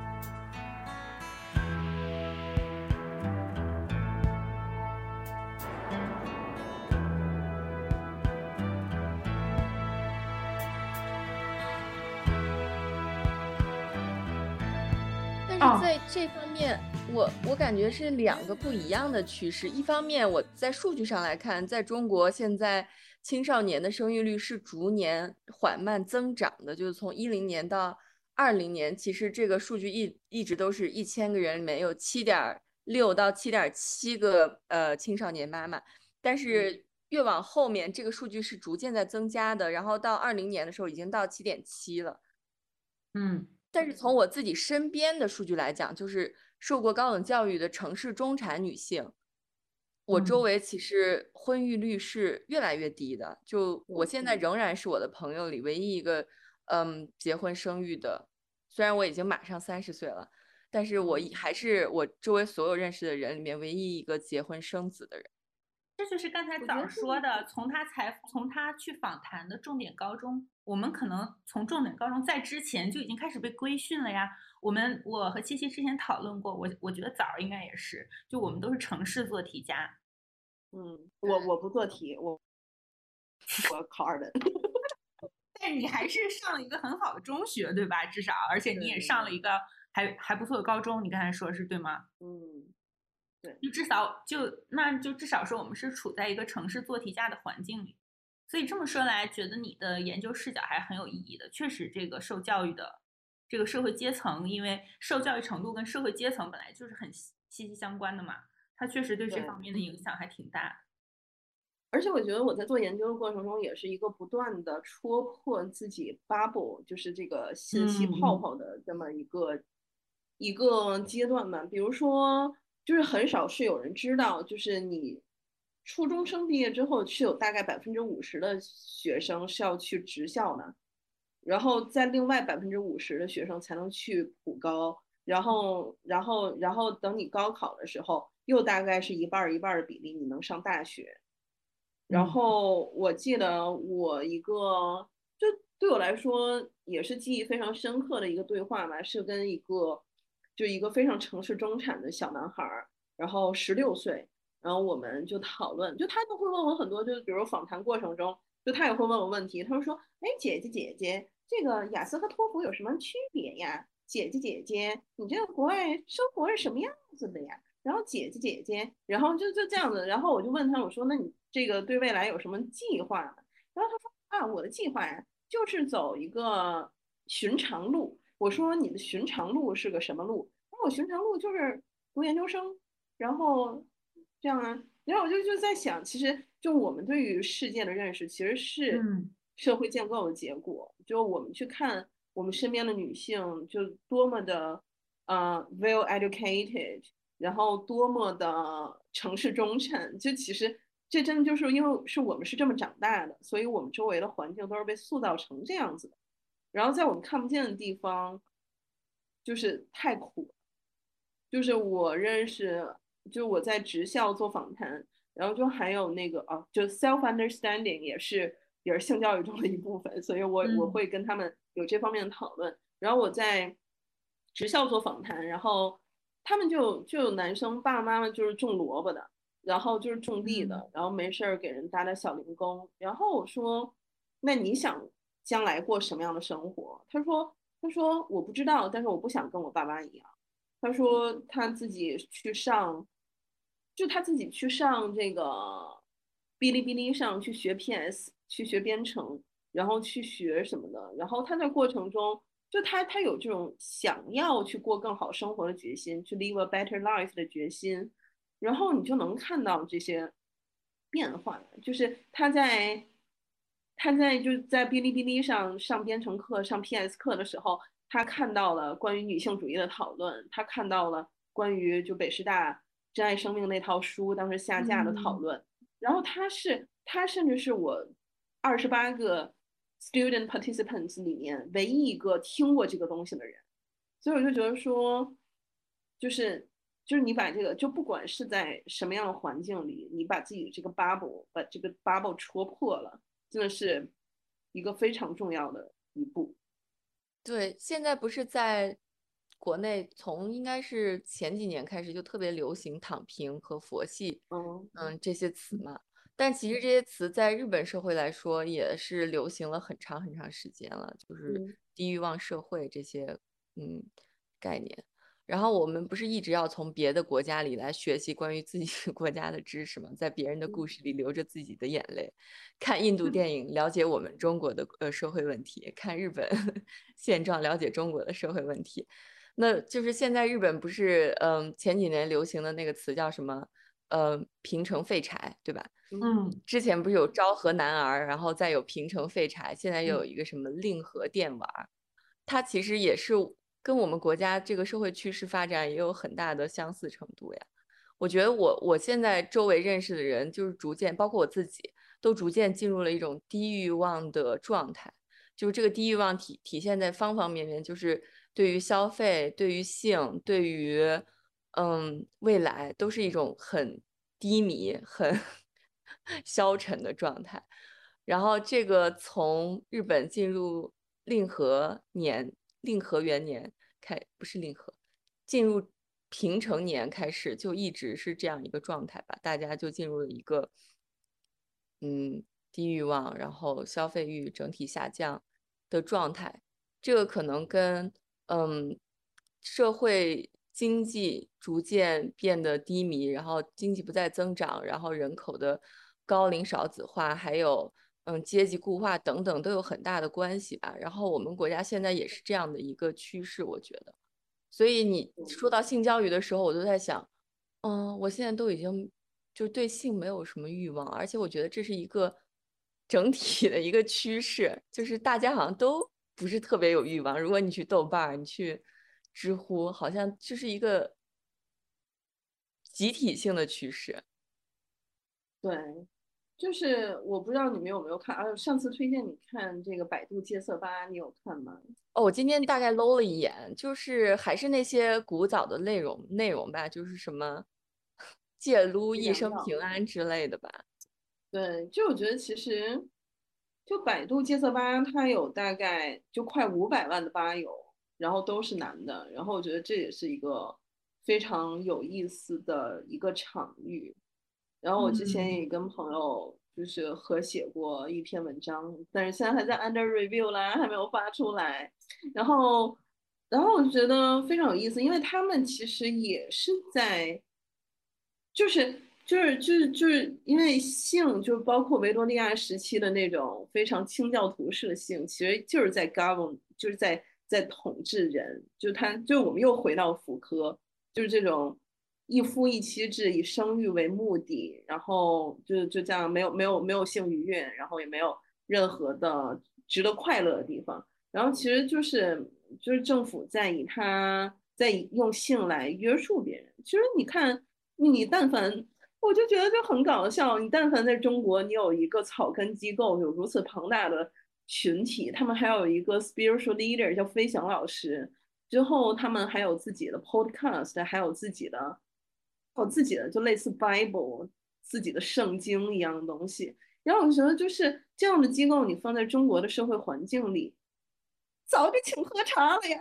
但是在这方面，我感觉是两个不一样的趋势。一方面，我在数据上来看，在中国现在青少年的生育率是逐年缓慢增长的，就是从10年到20年，其实这个数据一直都是1000个人里面有7.6到7.7个青少年妈妈，但是越往后面这个数据是逐渐在增加的，然后到20年的时候已经到7.7了。但是从我自己身边的数据来讲，就是受过高等教育的城市中产女性，我周围其实婚育率是越来越低的。就我现在仍然是我的朋友里唯一一个结婚生育的，虽然我已经马上30岁了，但是我还是我周围所有认识的人里面唯一一个结婚生子的人。 这就是刚才早说的，从他去访谈的重点高中，我们可能从重点高中在之前就已经开始被规训了呀。我和七七之前讨论过，我觉得早应该也是，就我们都是城市做题家。 我不做题，我考2本。 但你还是上了一个很好的中学，对吧？至少，而且你也上了一个还不错的高中，你刚才说是对吗？ 对， 就至少说我们是处在一个城市做题家的环境里，所以这么说来，觉得你的研究视角还很有意义的。确实，这个受教育的这个社会阶层，因为受教育程度跟社会阶层本来就是很息息相关的嘛，它确实对这方面的影响还挺大的。 而且我觉得我在做研究的过程中，也是一个不断的戳破自己 bubble，就是这个信息泡泡的这么一个阶段吧。比如说，就是很少是有人知道，就是你初中生毕业之后，是有大概50%的学生是要去职校的，然后在另外50%的学生才能去普高，然后等你高考的时候，又大概是一半一半的比例，你能上大学。然后我记得我一个，就对我来说也是记忆非常深刻的一个对话吧，是跟一个非常城市中产的小男孩，然后16岁，然后我们就讨论，就他都会问我很多，就是比如访谈过程中，就他也会问我问题，他就说，哎，姐姐，这个雅思和托福有什么区别呀？姐姐，你这个国外生活是什么样子的呀？然后姐姐，然后就这样子，然后我就问他，我说那你这个对未来有什么计划呢？然后他说啊，我的计划呀，就是走一个寻常路。我说你的寻常路是个什么路？他说我寻常路就是读研究生，然后这样啊。然后我就在想，其实就我们对于世界的认识，其实是社会建构的结果。就我们去看我们身边的女性，就多么的well educated。然后多么的城市中产，就其实这真的就是因为是我们是这么长大的，所以我们周围的环境都是被塑造成这样子的。然后在我们看不见的地方，就是太苦了。就是我认识，就我在职校做访谈，然后就还有那个就 self understanding 也是性教育中的一部分，所以我会跟他们有这方面的讨论。然后我在职校做访谈，然后他们就有男生爸爸妈妈就是种萝卜的，然后就是种地的，然后没事给人打小零工。然后我说，那你想将来过什么样的生活？他说我不知道，但是我不想跟我爸妈一样。他说他自己去上，就他自己去上这个哔哩哔哩上去学 PS，去学编程， 然后去学什么的，然后他在过程中，就他有这种想要去过更好生活的决心，去 live a better life 的决心，然后你就能看到这些变化，就是他在就是在哔哩哔哩上上编程课、上 PS 课的时候，他看到了关于女性主义的讨论，他看到了关于就北师大珍爱生命那套书当时下架的讨论，然后他甚至是我28个 student participants 里面唯一一个听过这个东西的人，所以我就觉得说，就是就是你把这个就不管是在什么样的环境里，你把自己的这个 bubble 把这个 bubble 戳破了，真的是一个非常重要的一步。 对，现在不是在国内，从应该是前几年开始就特别流行躺平和佛系，这些词嘛。但其实这些词在日本社会来说也是流行了很长很长时间了，就是低欲望社会这些概念。然后我们不是一直要从别的国家里来学习关于自己国家的知识吗？在别人的故事里流着自己的眼泪，看印度电影了解我们中国的社会问题，看日本现状了解中国的社会问题。那就是现在日本不是前几年流行的那个词叫什么平成废柴，对吧？之前不是有昭和男儿，然后再有平成废柴，现在又有一个什么令和电玩，它其实也是跟我们国家这个社会趋势发展也有很大的相似程度呀。我觉得我现在周围认识的人，就是逐渐，包括我自己，都逐渐进入了一种低欲望的状态。就是这个低欲望体现在方方面面，就是对于消费、对于性、对于未来，都是一种很低迷、很消沉的状态。然后这个从日本进入令和元年不是令和，进入平成年开始就一直是这样一个状态吧，大家就进入了一个低欲望，然后消费欲整体下降的状态。这个可能跟社会经济逐渐变得低迷，然后经济不再增长，然后人口的高龄少子化，还有阶级固化等等都有很大的关系吧。然后我们国家现在也是这样的一个趋势，我觉得。所以你说到性教育的时候，我就在想，我现在都已经就对性没有什么欲望，而且我觉得这是一个整体的一个趋势，就是大家好像都不是特别有欲望。如果你去豆瓣你去知乎，好像就是一个集体性的趋势。 对，就是我不知道你们有没有看，上次推荐你看这个百度戒色吧，你有看吗？ 哦，我今天大概搂了一眼，就是还是那些古早的内容吧，就是什么戒撸、一生平安之类的吧。 对，就我觉得其实，就百度戒色吧，它有大概就快500万的吧友，然后都是男的，然后我觉得这也是一个非常有意思的一个场域。然后我之前也跟朋友就是合写过一篇文章，但是现在还在 under review 啦，还没有发出来。然后，然后我觉得非常有意思，因为他们其实也是在，就是因为性，就包括维多利亚时期的那种非常清教徒式的性，其实就是在 govern，就是在统治人，就我们又回到福柯，就是这种一夫一妻制，以生育为目的，然后就这样没有性愉悦，然后也没有任何的值得快乐的地方，然后其实就是政府在用性来约束别人，其实你看。你但凡，我就觉得就很搞笑。你但凡在中国，你有一个草根机构，有如此庞大的群体，他们还有一个 spiritual leader 叫飞翔老师，之后他们还有自己的 podcast，还有自己的就类似 Bible 自己的圣经一样的东西。然后我觉得就是这样的机构，你放在中国的社会环境里，早就请喝茶了呀，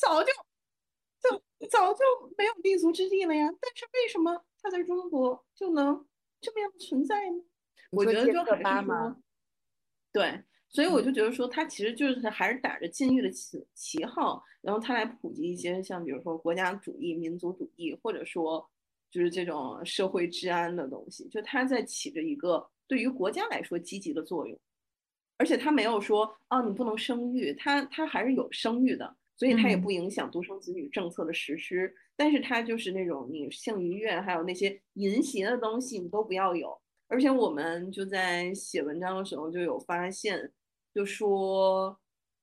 早就没有立足之地了呀。但是为什么它在中国就能这么样存在呢？我觉得就还是说，对，所以我就觉得说，它其实就是还是打着禁欲的旗号，然后它来普及一些像比如说国家主义、民族主义，或者说就是这种社会治安的东西，就它在起着一个对于国家来说积极的作用。 而且他没有说哦你不能生育，他还是有生育的，所以他也不影响独生子女政策的实施。但是他就是那种你性愉悦还有那些淫邪的东西你都不要有。而且我们就在写文章的时候就有发现，就说，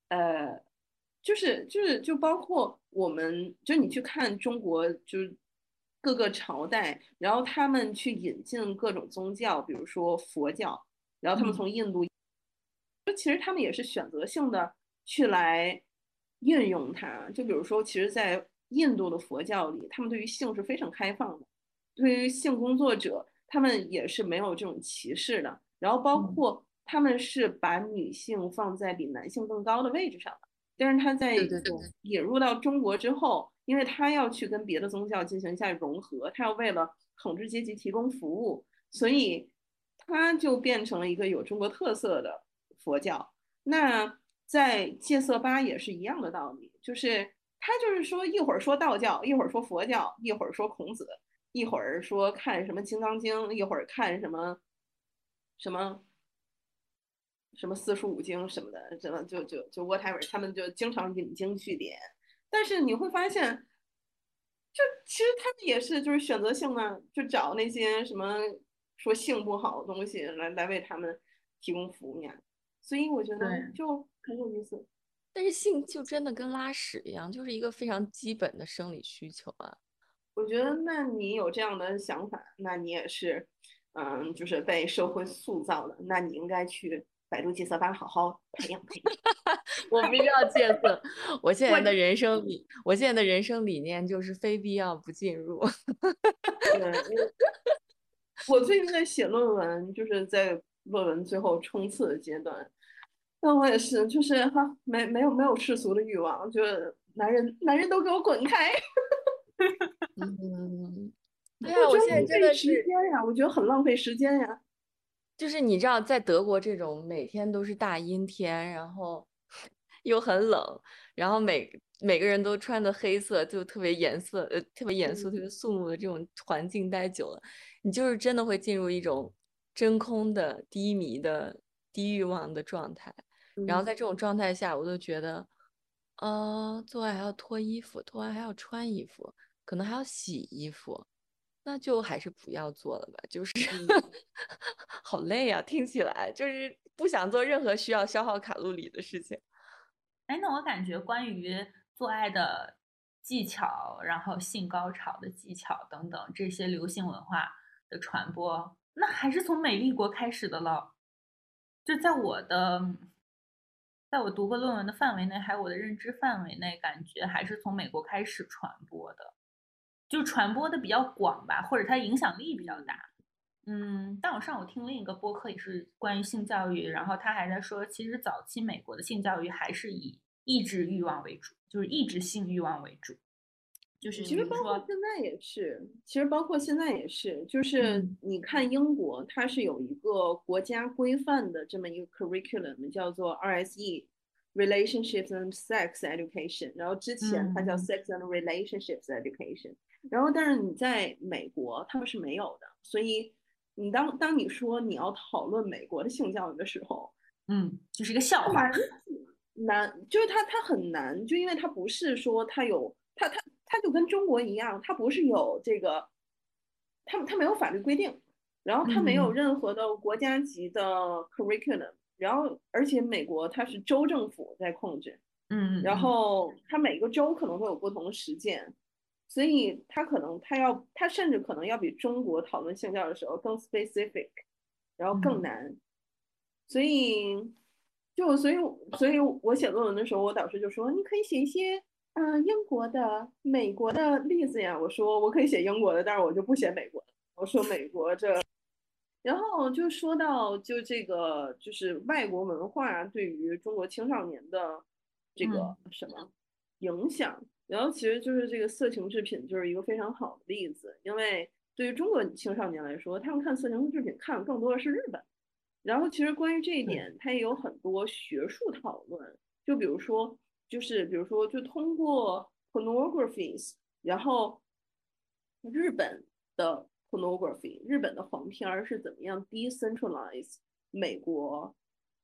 就包括我们，就你去看中国，就是各个朝代，然后他们去引进各种宗教，比如说佛教，然后他们从印度，其实他们也是选择性的去来运用它。就比如说，其实，在印度的佛教里，他们对于性是非常开放的，对于性工作者，他们也是没有这种歧视的。然后包括他们是把女性放在比男性更高的位置上的。但是他在引入到中国之后，因为他要去跟别的宗教进行一下融合，他要为了统治阶级提供服务，所以他就变成了一个有中国特色的佛教。那在戒色吧也是一样的道理，就是他就是说一会儿说道教，一会儿说佛教，一会儿说孔子，一会儿说看什么《金刚经》，一会儿看什么什么什么四书五经什么的，什么就 whatever，他们就经常引经据典。但是你会发现，就其实他们也是就是选择性的，就找那些什么说性不好的东西来为他们提供服务呀。所以我觉得就很有意思。 但是性就真的跟拉屎一样，就是一个非常基本的生理需求啊。 我觉得，那你有这样的想法，那你也是，就是被社会塑造的，那你应该去百度戒色吧好好培养培养。 我不需要戒色，我现在的人生理念就是非必要不进入。 对，我最近在写论文，就是在论文最后冲刺的阶段。那我也是，就是哈，没有世俗的欲望，就是男人都给我滚开。 对啊，我现在真的是时间呀，我觉得很浪费时间呀。 就是你知道，在德国这种每天都是大阴天，然后又很冷，然后每个人都穿的黑色，就特别特别严肃、特别肃穆的这种环境待久了，你就是真的会进入一种真空的、低迷的、低欲望的状态。然后在这种状态下，我都觉得，做爱还要脱衣服，脱完还要穿衣服，可能还要洗衣服。那就还是不要做了吧，就是好累啊，听起来就是不想做任何需要消耗卡路里的事情。 哎，那我感觉关于做爱的技巧，然后性高潮的技巧等等这些流行文化的传播，那还是从美丽国开始的了。就在我读过论文的范围内，还有我的认知范围内，感觉还是从美国开始传播的，就传播的比较广吧，或者它影响力比较大。但我上午听另一个播客也是关于性教育，然后他还在说，其实早期美国的性教育还是以抑制欲望为主，就是抑制性欲望为主。就是其实包括现在也是，就是你看英国，它是有一个国家规范的这么一个 curriculum，叫做 RSE，Relationships and Sex Education，然后之前它叫 Sex and Relationships Education，然后但是你在美国他们是没有的，所以你当你说你要讨论美国的性教育的时候， 就是一个笑话， 难，就是它很难，就因为它不是说它有它就跟中国一样，它不是有这个，它没有法律规定，然后它没有任何的国家级的 curriculum，然后而且美国它是州政府在控制，然后它每个州可能会有不同的实践，所以它甚至可能要比中国讨论性教育的时候更 specific，然后更难，所以我写论文的时候，我导师就说你可以写一些英国的、美国的例子呀。我说我可以写英国的，但是我就不写美国的。我说美国这，然后就说到就这个就是外国文化对于中国青少年的这个什么影响，然后其实就是这个色情制品就是一个非常好的例子，因为对于中国青少年来说，他们看色情制品看的更多的是日本。然后其实关于这一点，它也有很多学术讨论，就比如说，就通过 pornographies，然后日本的 pornography，日本的黄片儿是怎么样 decentralize 美国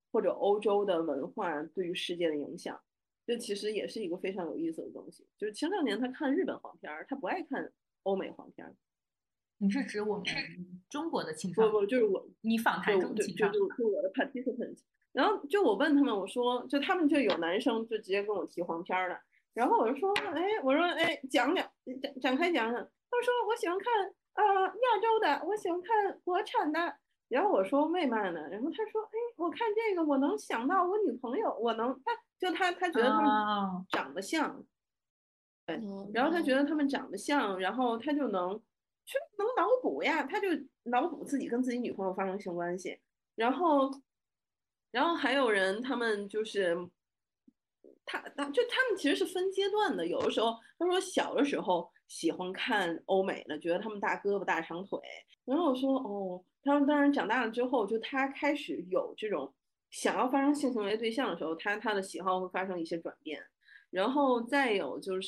或者欧洲的文化对于世界的影响，这其实也是一个非常有意思的东西。就是青少年他看日本黄片儿，他不爱看欧美黄片儿。 你是指我们中国的青少年？ 不，就是我， 你访谈中的青少年， 就我的 participants。然后就我问他们，我说，就他们就有男生就直接跟我提黄片儿了，然后我就说，讲展开讲讲。他说我喜欢看亚洲的，我喜欢看国产的。然后我说为嘛呢？然后他说，我看这个我能想到我女朋友，他觉得他们长得像，对，然后他觉得他们长得像，然后他就能脑补呀，他就脑补自己跟自己女朋友发生性关系，然后还有人他们就是他们其实是分阶段的，有的时候他说小的时候喜欢看欧美的，觉得他们大胳膊大长腿，然后我说哦，他说当然长大了之后，就他开始有这种想要发生性行为对象的时候，他的喜好会发生一些转变。然后再有就是，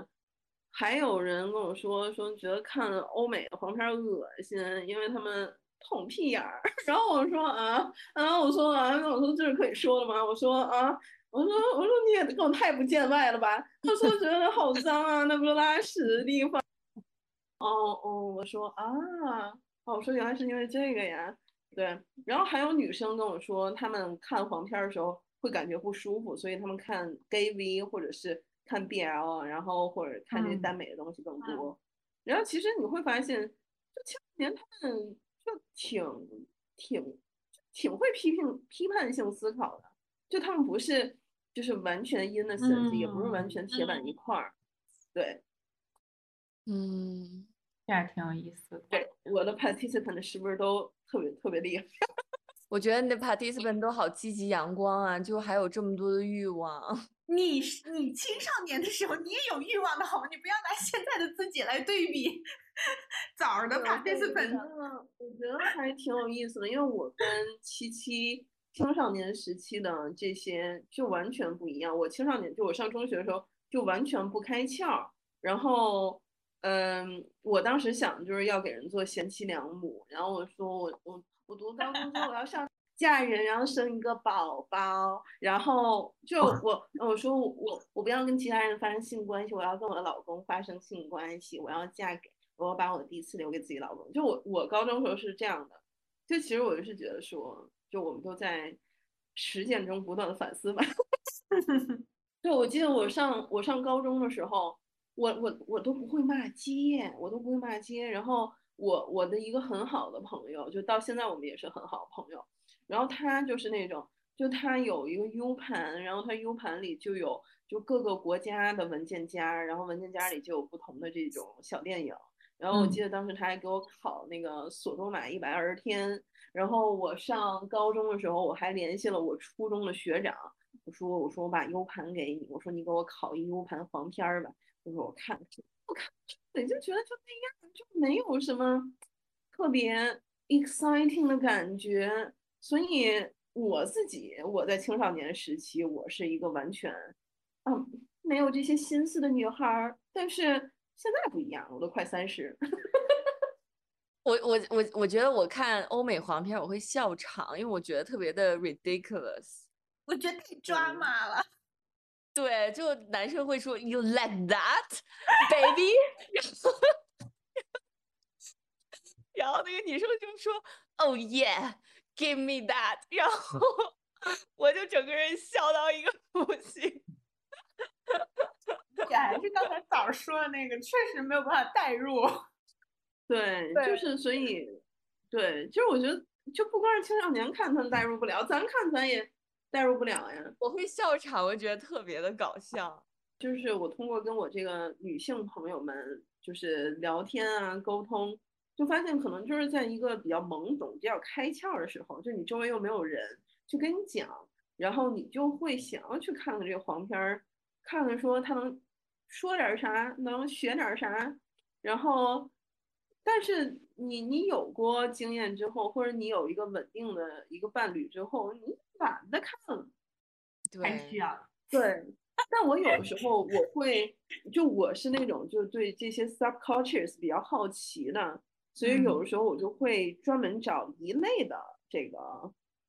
还有人跟我说觉得看欧美的黄片恶心，因为他们捅屁眼儿。然后我说我说这是可以说的吗？我说你也跟我太不见外了吧？他说觉得好脏啊，那不是拉屎的地方。我说我说原来是因为这个呀。对，然后还有女生跟我说，她们看黄片的时候会感觉不舒服，所以她们看 gay V 或者是看 BL，然后或者看这些耽美的东西更多。然后其实你会发现，就青年他们就挺会批判性思考的，就他们不是就是完全 innocent，也不是完全铁板一块儿。对， 这还挺有意思的。 对，我的 participant 是不是都特别厉害？ 我觉得你的 participant 都好积极阳光啊，就还有这么多的欲望。 你青少年的时候你也有欲望的好吗？你不要拿现在的自己来对比早的 participant。 我觉得还挺有意思的，因为我跟七青少年时期的这些就完全不一样。我青少年就我上中学的时候就完全不开窍，然后我当时想就是要给人做贤妻良母，然后我说我读高中之后我要上嫁人，然后生一个宝宝，然后就我说我不要跟其他人发生性关系，我要跟我的老公发生性关系，我要我要把我的第一次留给自己老公。就我高中时候是这样的，就其实我就是觉得说，就我们都在实践中不断的反思吧。对，我记得我上高中的时候，我都不会骂街，我都不会骂街。然后我的一个很好的朋友，就到现在我们也是很好的朋友。然后他就是那种，就他有一个 U 盘，然后他 U 盘里就有就各个国家的文件夹，然后文件夹里就有不同的这种小电影。然后我记得当时他还给我考那个索多玛120天。然后我上高中的时候，我还联系了我初中的学长。我说我把 U 盘给你，我说你给我拷一 U 盘黄片吧。我说我看对，就觉得就那样，就没有什么特别 exciting 的感觉。所以我在青少年时期，我是一个完全没有这些心思的女孩。但是现在不一样，我都快30。 我觉得我看欧美黄片我会笑场，因为我觉得特别的 ridiculous。 我觉得太抓马了。 对，就男生会说 "You like that, baby"， 然后那个女生就说 "Oh yeah, give me that"， 然后我就整个人笑到一个不行。 这还是刚才早说的那个，确实没有办法代入。 对，就是所以，对，就是我觉得就不光是青少年看他们代入不了，咱看咱也代入不了呀。 我会笑场，我觉得特别的搞笑。 就是我通过跟我这个女性朋友们就是聊天啊沟通，就发现可能就是在一个比较懵懂、比较开窍的时候，就你周围又没有人去跟你讲，然后你就会想要去看看这个黄片儿，看看说他能说点啥，能学点啥，然后。但是你有过经验之后，或者你有一个稳定的一个伴侣之后，你懒得看了。 还需要。 对，但我有的时候我会，就我是那种就对这些 subcultures 比较好奇的，所以有的时候我就会专门找一类的这个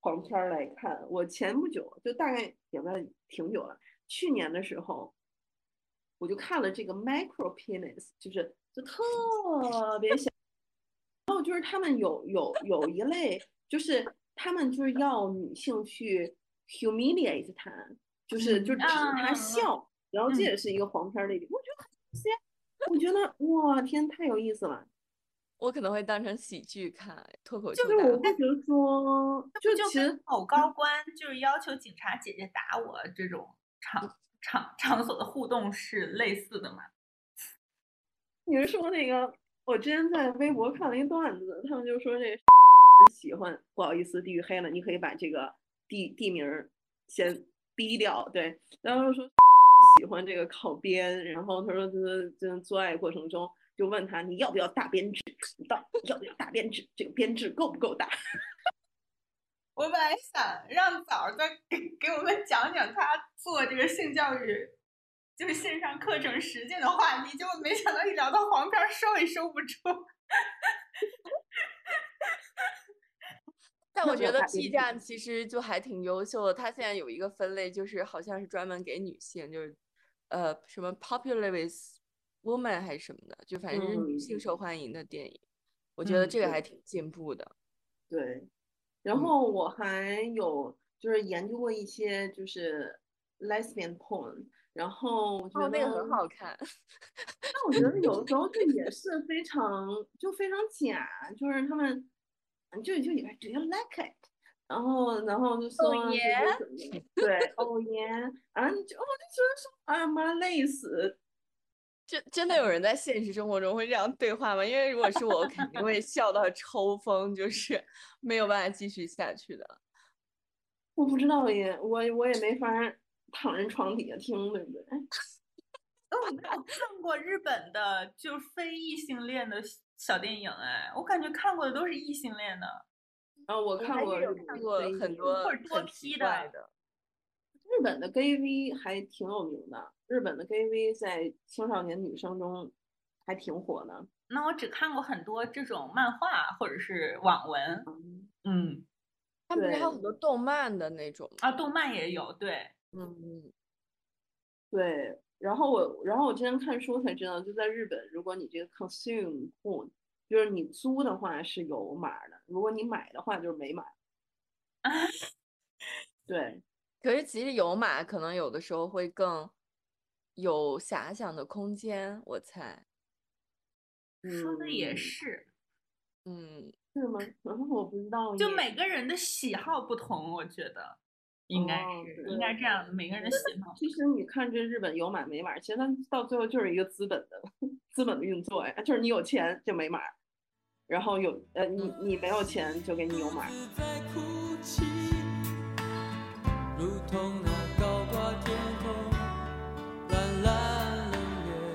黄片儿来看，我前不久就大概也不挺久了，去年的时候我就看了这个 Micro Penis，就特别小。然后就是他们有一类，就是他们就是要女性去 humiliate 他，就是指他笑，然后这也是一个黄片类别，我觉得很新鲜，我觉得哇天太有意思了。 我可能会当成喜剧看，脱口秀就是我会觉得说， 就其实某高官就是要求警察姐姐打我这种场所的互动是类似的吗？ 你是说那个？我之前在微博看了一段子，他们就说这喜欢，不好意思，地域黑了，你可以把这个地名先逼掉，对，然后说喜欢这个考编，然后他说就是做爱过程中就问他你要不要大编制，你到底要不要大编制，这个编制够不够大？ 我本来想让枣再给我们讲讲他做这个性教育就是线上课程实践的话题，结果没想到一聊到黄片收也收不住。 但我觉得 P 站其实就还挺优秀的，它现在有一个分类，就是好像是专门给女性，就是什么 popular with woman 还是什么的，就反正是女性受欢迎的电影，我觉得这个还挺进步的。 对，然后我还有就是研究过一些就是 lesbian porn，然后我觉得那个很好看。 但我觉得有的时候这也是非常假，就是他们就以为 do you like it， 然后就说对啊，我就觉得说啊妈累死。 真的有人在现实生活中会这样对话吗？因为如果是我肯定会笑到抽风，就是没有办法继续下去的。 我不知道耶，我也没法躺人床底下听，对不对？ 我没有看过日本的就非异性恋的小电影，哎，我感觉看过的都是异性恋的。 我看过很多或者多批的。 日本的 gay V 还挺有名的，日本的 gay V 在青少年女生中还挺火的。 那我只看过很多这种漫画或者是网文。 他们不是还有很多动漫的那种啊？动漫也有，对， 对。然后我之前看书才知道，就在日本，如果你这个 consume porn， 就是你租的话是有码的，如果你买的话就是没码。对。 可是其实有码可能有的时候会更有遐想的空间，我猜。 说的也是。 是吗？我不知道。 就每个人的喜好不同，我觉得应该这样的，每个人的喜好。 其实你看这日本有码没码，其实它到最后就是一个资本的运作呀，就是你有钱就没码，然后你没有钱就给你有码。如同那高挂天空蓝蓝冷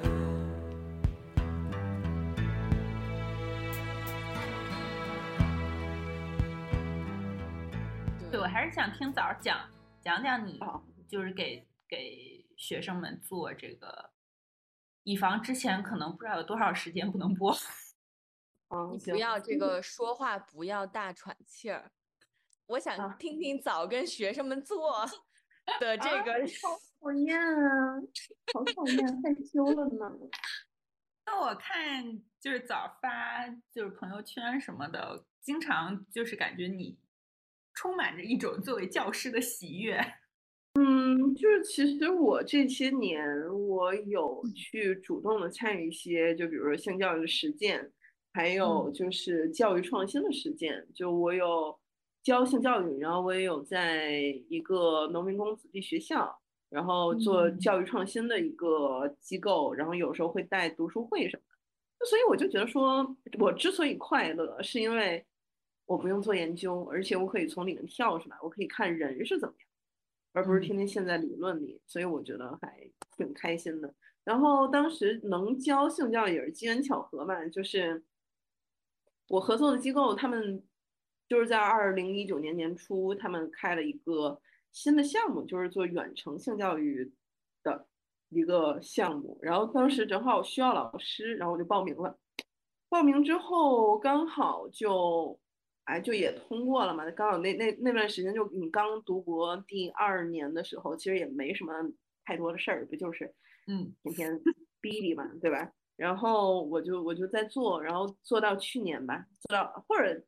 月。对，我还是想听枣讲你，就是给学生们做这个，以防之前可能不知道有多少时间不能播。 你不要这个说话不要大喘气儿。我想听听枣跟学生们做的这个。 好讨厌啊，好讨厌，害羞了呢。 那我看就是枣发就是朋友圈什么的，经常就是感觉你充满着一种作为教师的喜悦。 就是其实我这些年我有去主动的参与一些，就比如说性教育的实践，还有就是教育创新的实践。就我有教性教育，然后我也有在一个农民工子弟学校，然后做教育创新的一个机构，然后有时候会带读书会什么的。所以我就觉得说，我之所以快乐，是因为我不用做研究，而且我可以从里面跳出来，我可以看人是怎么样，而不是天天陷在理论里，所以我觉得还挺开心的。然后当时能教性教育也是机缘巧合嘛，就是我合作的机构，他们就是在2019年年初，他们开了一个新的项目，就是做远程性教育的一个项目。然后当时正好需要老师，然后我就报名了。报名之后刚好就就也通过了嘛。刚好那段时间就你刚读博第2年的时候，其实也没什么太多的事儿，不就是天天逼逼嘛，对吧？然后我就在做，然后做到去年吧，做到或者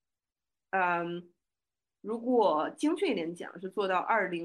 如果精确一点讲，是做到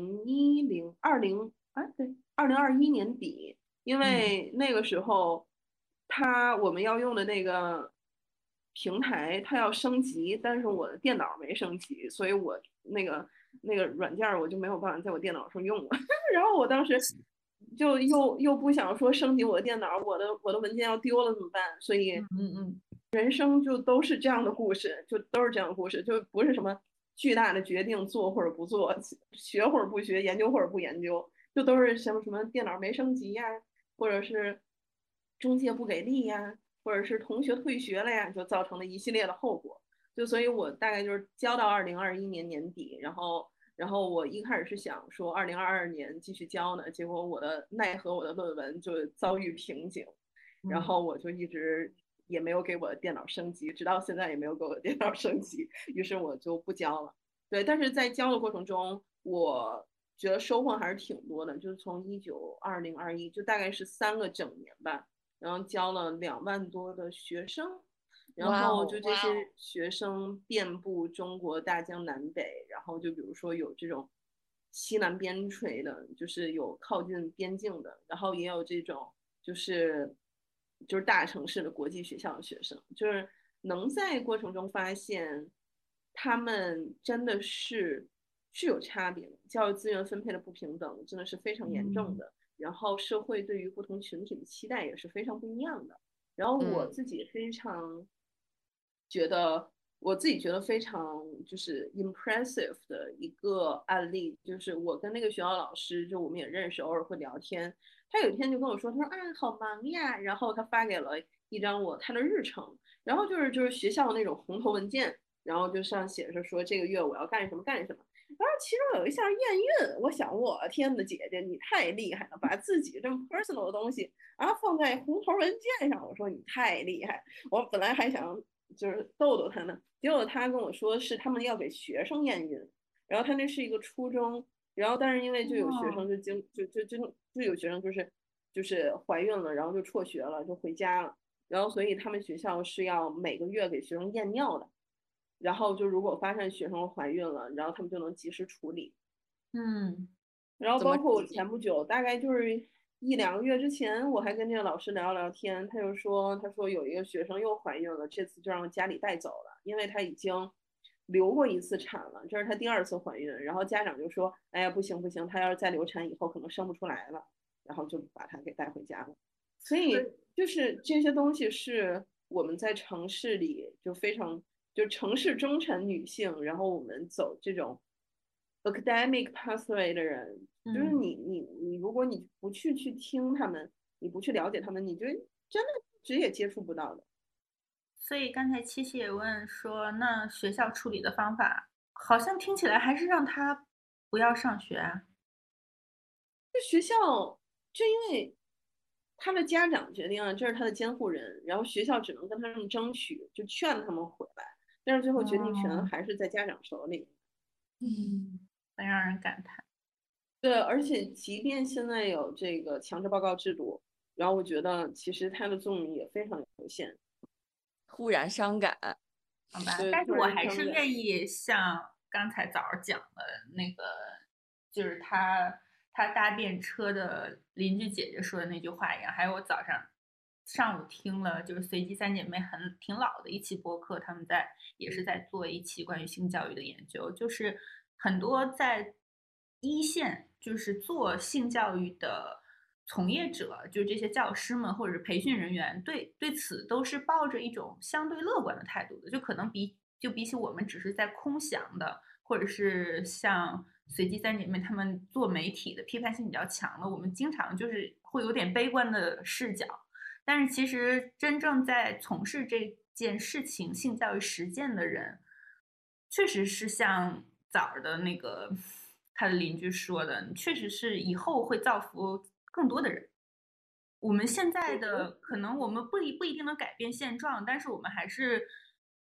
2021年底，因为那个时候我们要用的那个平台它要升级，但是我的电脑没升级，所以我那个软件我就没有办法在我电脑上用了。然后我当时就又不想说升级我的电脑，我的文件要丢了怎么办？所以人生就都是这样的故事，就都是这样的故事，就不是什么巨大的决定做或者不做，学或者不学，研究或者不研究，就都是什么电脑没升级呀，或者是中介不给力呀，或者是同学退学了呀，就造成了一系列的后果。就所以我大概就是交到2021年年底，然后我一开始是想说2022年继续交呢，结果奈何我的论文就遭遇瓶颈，然后我就一直也没有给我的电脑升级，直到现在也没有给我的电脑升级，于是我就不交了。对，但是在交的过程中，我觉得收获还是挺多的，就是从19、20、21，就大概是3个整年吧，然后教了2万多的学生。然后就这些学生遍布中国大江南北，然后就比如说有这种西南边陲的，就是有靠近边境的，然后也有这种就是大城市的国际学校的学生，就是能在过程中发现他们真的是有差别的，教育资源分配的不平等真的是非常严重的，然后社会对于不同群体的期待也是非常不一样的。然后我自己觉得非常就是 impressive 的一个案例，就是我跟那个学校老师，就我们也认识，偶尔会聊天。他有一天就跟我说，他说啊，好忙呀，然后他发给了一张他的日程，然后就是学校那种红头文件，然后就上写着说这个月我要干什么干什么。然后其中有一项验孕，我想我天呐，姐姐你太厉害了，把自己这么 personal 的东西放在红头文件上，我说你太厉害。我本来还想就是逗逗他呢，结果他跟我说是他们要给学生验孕，然后他那是一个初中，然后但是因为就有学生就有学生就是怀孕了，然后就辍学了，就回家了，然后所以他们学校是要每个月给学生验尿的，然后就如果发现学生怀孕了，然后他们就能及时处理。然后包括我前不久，大概就是1、2个月之前，我还跟这个老师聊聊天，他说有一个学生又怀孕了，这次就让家里带走了，因为他已经流过1次产了，这是他第2次怀孕，然后家长就说，哎呀不行不行，他要是再流产以后可能生不出来了，然后就把他给带回家了。所以就是这些东西是我们在城市里就城市中产女性，然后我们走这种 academic pathway 的人，就是你如果你不去听他们，你不去了解他们，你就真的职业接触不到的。 所以刚才七七也问说，那学校处理的方法好像听起来还是让他不要上学啊？ 这学校就因为他的家长决定了这是他的监护人，然后学校只能跟他们争取，就劝他们回来，但是最后决定权还是在家长手里。 很让人感叹。 对，而且即便现在有这个强制报告制度，然后我觉得其实它的作用也非常有限。 忽然伤感， 好吧，但是我还是愿意像刚才早上讲的那个，就是他搭便车的邻居姐姐说的那句话一样，还有我上午听了就是随机3姐妹挺老的一期播客，他们也是在做一期关于性教育的研究，就是很多在一线就是做性教育的从业者，就是这些教师们或者是培训人员，对此都是抱着一种相对乐观的态度的，就可能比起我们只是在空想的，或者是像随机3姐妹他们做媒体的批判性比较强的，我们经常就是会有点悲观的视角。但是其实真正在从事这件事情性教育实践的人，确实是像早的那个他的邻居说的，确实是以后会造福更多的人。我们现在的可能我们不一定能改变现状，但是我们还是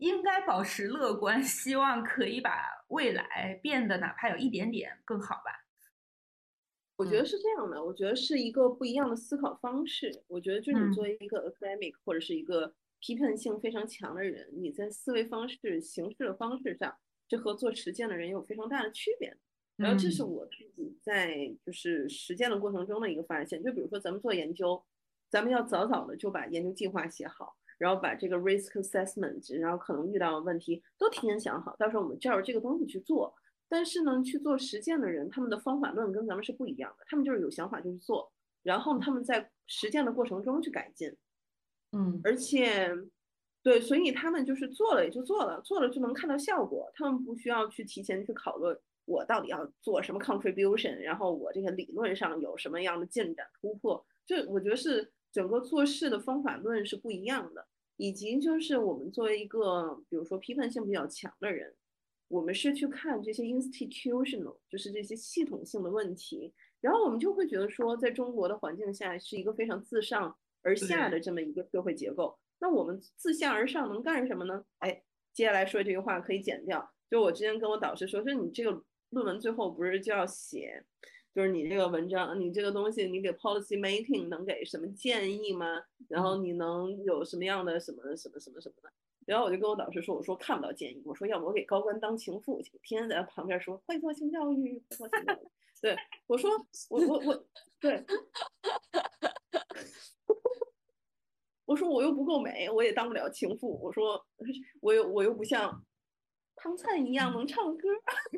应该保持乐观，希望可以把未来变得哪怕有一点点更好吧。 我觉得是这样的，我觉得是一个不一样的思考方式。我觉得就是你作为一个 academic 或者是一个批判性非常强的人，你在思维方式、行事的方式上，这和做实践的人有非常大的区别。然后这是我自己在就是实践的过程中的一个发现。就比如说咱们做研究，咱们要早早的就把研究计划写好，然后把这个 risk assessment， 然后可能遇到的问题都提前想好，到时候我们照着这个东西去做。但是呢，去做实践的人，他们的方法论跟咱们是不一样的，他们就是有想法就去做，然后他们在实践的过程中去改进，而且，对，所以他们就是做了也就做了，做了就能看到效果，他们不需要去提前去讨论我到底要做什么 contribution， 然后我这个理论上有什么样的进展突破，就我觉得是整个做事的方法论是不一样的，以及就是我们作为一个比如说批判性比较强的人。我们是去看这些 institutional， 就是这些系统性的问题，然后我们就会觉得说，在中国的环境下是一个非常自上而下的这么一个社会结构。那我们自下而上能干什么呢？哎，接下来说这句话可以剪掉。就我之前跟我导师说，你这个论文最后不是就要写，就是你这个文章，你这个东西，你给 policy making 能给什么建议吗？然后你能有什么样的什么什么什么什么的？然后我就跟我导师说，我说看不到建议，我说要不我给高官当情妇去，天天在他旁边说会做性教育，会做性教育。对，我说我对，我说我又不够美，我也当不了情妇。我说我又不像唐灿一样能唱歌。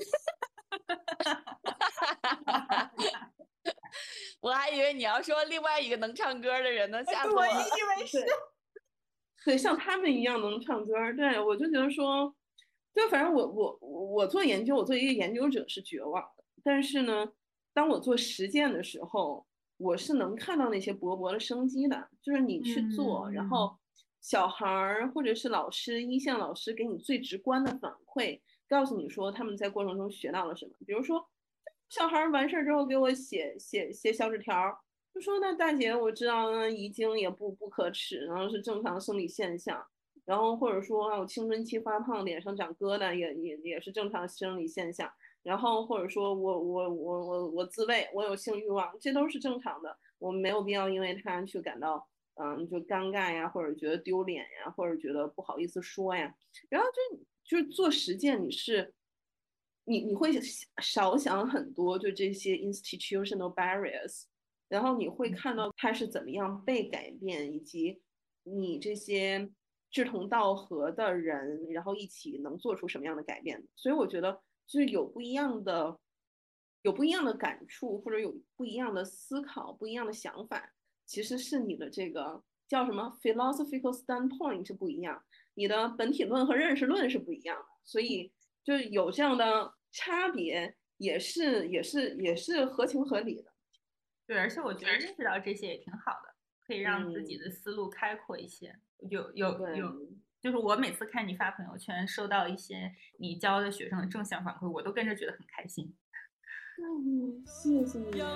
我还以为你要说另外一个能唱歌的人呢，吓死我了。 我以为是。 对，像他们一样能唱歌。对，我就觉得说，就反正我做研究，我做一个研究者是绝望的。但是呢，当我做实践的时候，我是能看到那些勃勃的生机的。就是你去做，然后小孩儿或者是老师，一线老师给你最直观的反馈，告诉你说他们在过程中学到了什么。比如说，小孩完事儿之后给我写小纸条。就说那大姐，我知道遗精也不可耻，然后是正常生理现象，然后或者说我青春期发胖，脸上长疙瘩也是正常生理现象，然后或者说我自慰，我有性欲望，这都是正常的，我们没有必要因为他去感到就尴尬呀，或者觉得丢脸呀，或者觉得不好意思说呀，然后就是做实践，你会少想很多，就这些 institutional barriers。然后你会看到它是怎么样被改变，以及你这些志同道合的人，然后一起能做出什么样的改变。所以我觉得就是有不一样的感触，或者有不一样的思考、不一样的想法，其实是你的这个叫什么 philosophical standpoint 是不一样，你的本体论和认识论是不一样的，所以就有这样的差别，也是合情合理的。 对，而且我觉得认识到这些也挺好的，可以让自己的思路开阔一些。有，就是我每次看你发朋友圈，收到一些你教的学生的正向反馈，我都跟着觉得很开心。 谢谢你。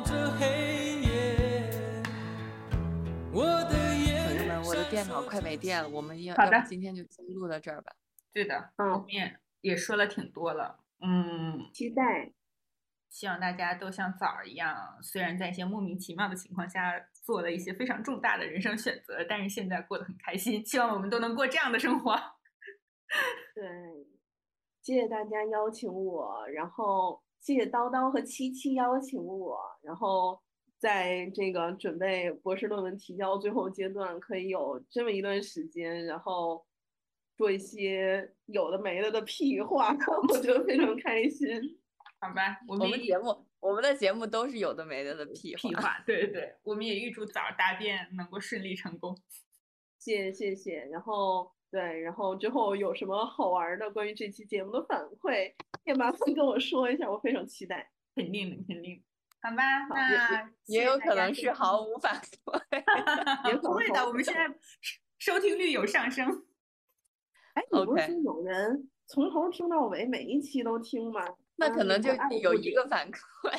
朋友们，我的电脑快没电了，我们要不今天就先录到这儿吧。 对的，后面也说了挺多了， 期待。 希望大家都像枣儿一样，虽然在一些莫名其妙的情况下做了一些非常重大的人生选择，但是现在过得很开心。希望我们都能过这样的生活。 对，谢谢大家邀请我，然后谢谢叨叨和七七邀请我，然后在这个准备博士论文提交最后阶段，可以有这么一段时间，然后做一些有的没的屁话，我觉得非常开心。 好吧，我们的节目都是有的没的屁话，对，我们也预祝枣答辩能够顺利成功。 谢谢，然后之后有什么好玩的关于这期节目的反馈，也麻烦跟我说一下，我非常期待。 肯定的。好吧，那也有可能是毫无反馈， 也不会的，我们现在收听率有上升。 哎，你不是说有人从头听到尾，每一期都听吗？ 那可能就有一个反馈。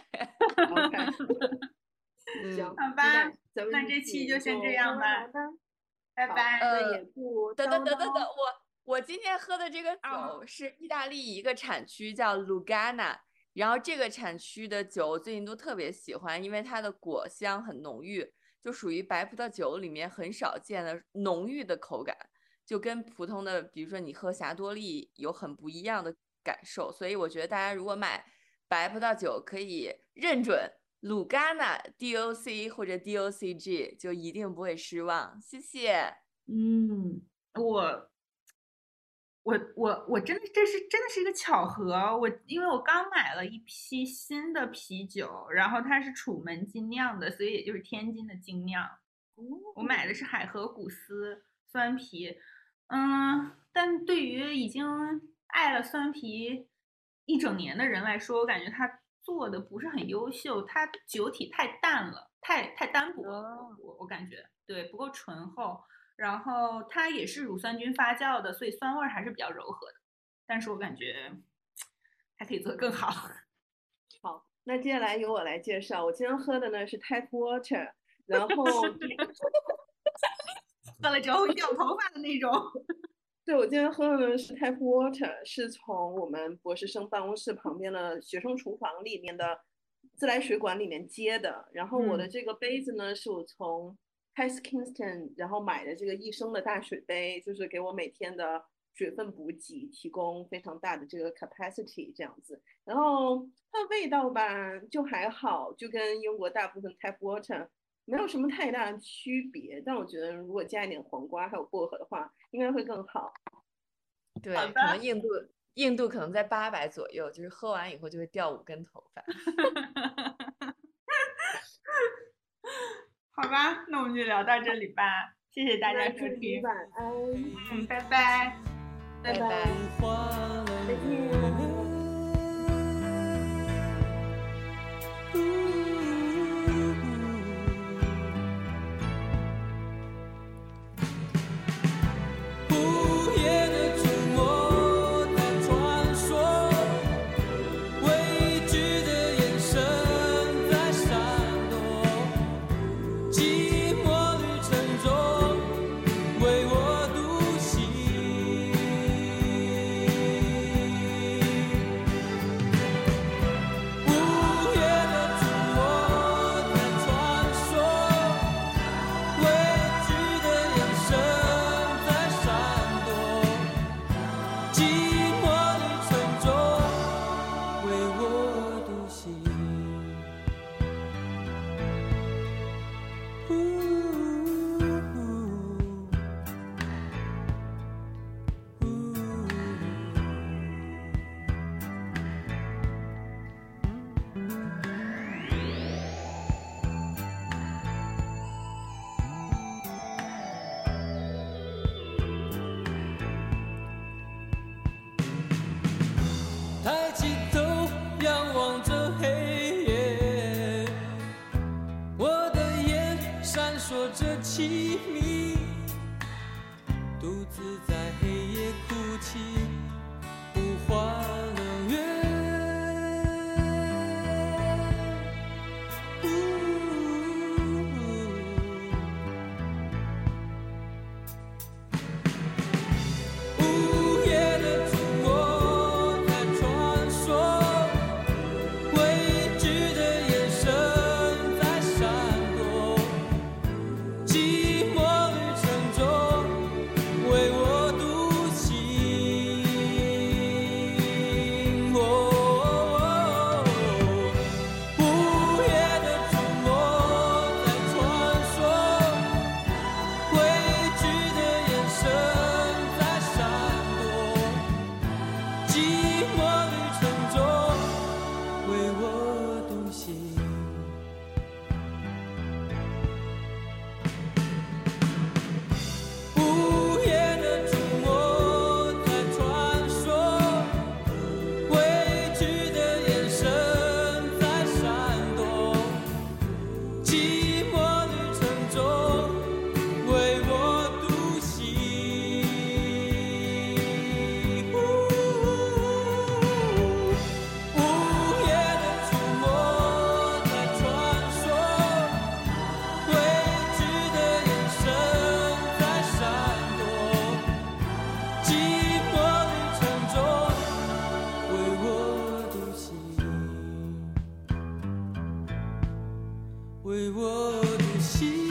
行， 好吧，那这期就先这样吧。拜拜。 也不等， 我今天喝的这个酒是意大利一个产区叫 Lugana， 然后这个产区的酒我最近都特别喜欢，因为它的果香很浓郁，就属于白葡萄酒里面很少见的浓郁的口感，就跟普通的比如说你喝霞多丽有很不一样的感受，所以我觉得大家如果买白葡萄酒可以认准Lugana DOC 或者 DOCG， 就一定不会失望。谢谢。 我真的真的是一个巧合，因为我刚买了一批新的啤酒，然后它是楚门精酿的，所以也就是天津的精酿。我买的是海河谷斯酸啤，但对于已经爱了酸啤一整年的人来说，我感觉它做的不是很优秀，它酒体太淡了，太单薄了，我感觉对不够醇厚。然后它也是乳酸菌发酵的，所以酸味还是比较柔和的，但是我感觉还可以做得更好。 好，那接下来由我来介绍。我今天喝的呢是 Tap Water， 然后喝了之后会掉头发的那种。 对，我今天喝的呢是 Tap Water， 是从我们博士生办公室旁边的学生厨房里面的自来水管里面接的。然后我的这个杯子呢，是我从Hess Kingston 然后买的这个1升的大水杯，就是给我每天的水分补给提供非常大的这个 capacity 这样子。然后它的味道吧就还好，就跟英国大部分 tap water 没有什么太大的区别，但我觉得如果加一点黄瓜还有薄荷的话，应该会更好。 对，可能印度可能在800左右，就是喝完以后就会掉5根头发。 好吧，那我们就聊到这里吧，谢谢大家收听， 晚安， 拜拜， 拜拜，再见。 为我的心